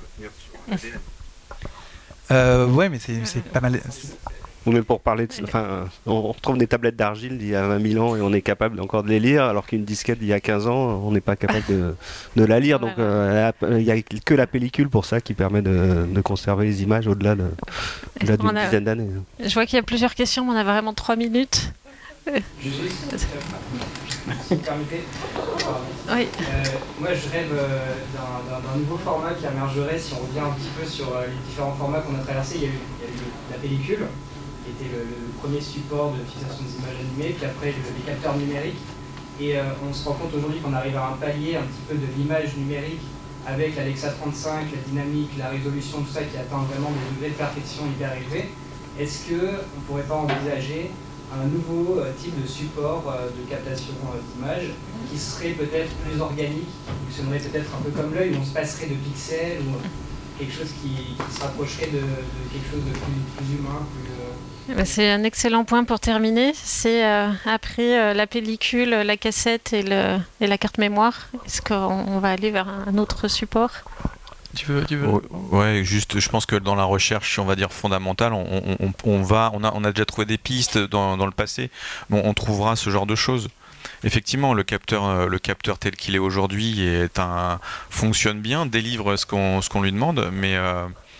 Euh, ouais, mais c'est, c'est pas mal. Oui, mais pour parler de, enfin, on retrouve des tablettes d'argile d'il y a vingt mille ans et on est capable encore de les lire, alors qu'une disquette d'il y a quinze ans, on n'est pas capable de, de la lire. Donc euh, il n'y a que la pellicule pour ça qui permet de, de conserver les images au-delà, de, au-delà d'une a, dizaine d'années. Je vois qu'il y a plusieurs questions, mais on a vraiment trois minutes. Juste, si vous permettez. Oui. Euh, moi, je rêve euh, d'un, d'un, d'un nouveau format qui émergerait, si on revient un petit peu sur euh, les différents formats qu'on a traversés. Il y a eu, il y a eu la pellicule, qui était le, le premier support de fixation des images animées, puis après le, les capteurs numériques. Et euh, on se rend compte aujourd'hui qu'on arrive à un palier un petit peu de l'image numérique avec l'Alexa trente-cinq, la dynamique, la résolution, tout ça qui atteint vraiment des degrés de perfection hyper élevés. Est-ce qu'on ne pourrait pas envisager un nouveau euh, type de support euh, de captation euh, d'images qui serait peut-être plus organique, qui fonctionnerait peut-être un peu comme l'œil, où on se passerait de pixels ou quelque chose qui, qui se rapprocherait de, de quelque chose de plus, plus humain, plus... Euh... Ben c'est un excellent point pour terminer. C'est euh, après euh, la pellicule, la cassette et, le, et la carte mémoire. Est-ce qu'on on va aller vers un autre support? Tu veux, tu veux... Ouais, juste, je pense que dans la recherche, on va dire fondamentale, on, on, on va, on a, on a déjà trouvé des pistes dans, dans le passé. Bon, on trouvera ce genre de choses. Effectivement, le capteur, le capteur tel qu'il est aujourd'hui est un, fonctionne bien, délivre ce qu'on, ce qu'on lui demande, mais, euh,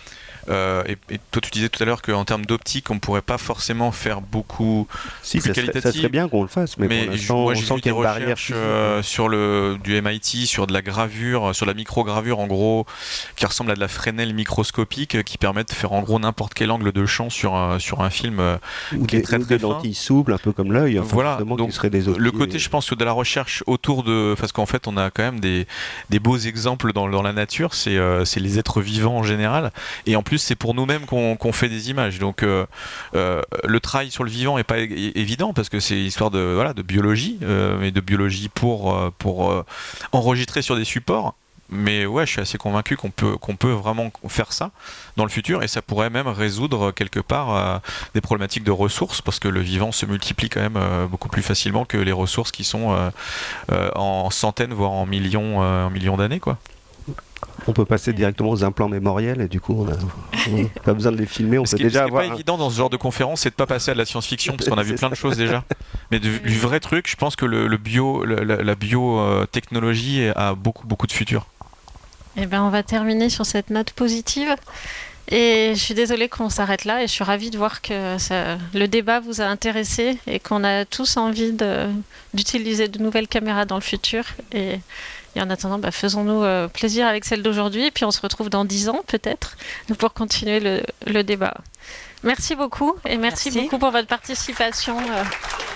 Euh, et, et toi, tu disais tout à l'heure qu'en termes d'optique, on pourrait pas forcément faire beaucoup si, plus ça qualitatif. Serait, ça serait bien qu'on le fasse, mais, mais pour l'instant, moi, on j'ai sent vu qu'il y a des une barrière recherches euh, sur le du M I T, sur de la gravure, sur la microgravure en gros, qui ressemble à de la Fresnel microscopique, qui permet de faire en gros n'importe quel angle de champ sur un, sur un film euh, ou qui des, est très ou très des fin. lentilles souples, un peu comme l'œil. Enfin, voilà, donc qui serait des le côté, je pense, de la recherche autour de, parce qu'en fait, on a quand même des, des beaux exemples dans, dans la nature. C'est euh, c'est les êtres vivants en général, et en plus, c'est pour nous-mêmes qu'on qu'on fait des images. Donc, euh, euh, le travail sur le vivant est pas é évident parce que c'est histoire de voilà de biologie, euh, mais de biologie pour euh, pour euh, enregistrer sur des supports. Mais ouais, je suis assez convaincu qu'on peut, qu'on peut vraiment faire ça dans le futur, et ça pourrait même résoudre quelque part euh, des problématiques de ressources, parce que le vivant se multiplie quand même euh, beaucoup plus facilement que les ressources qui sont euh, euh, en centaines, voire en millions, euh, en millions d'années, quoi. On peut passer directement aux implants mémoriels et du coup on n'a pas besoin de les filmer, on ce peut qui déjà est, ce avoir... qui est pas évident dans ce genre de conférence, c'est de pas passer à de la science-fiction, parce qu'on a vu plein de choses déjà. Mais de, du vrai truc, je pense que le, le bio, la, la biotechnologie a beaucoup, beaucoup de futur. Eh ben, on va terminer sur cette note positive. Et je suis désolée qu'on s'arrête là, et je suis ravie de voir que ça, le débat vous a intéressé et qu'on a tous envie d'utiliser de, de nouvelles caméras dans le futur. Et, et en attendant, bah, faisons-nous euh, plaisir avec celle d'aujourd'hui, et puis on se retrouve dans dix ans peut-être pour continuer le, le débat. Merci beaucoup, et merci, merci beaucoup pour votre participation. Euh.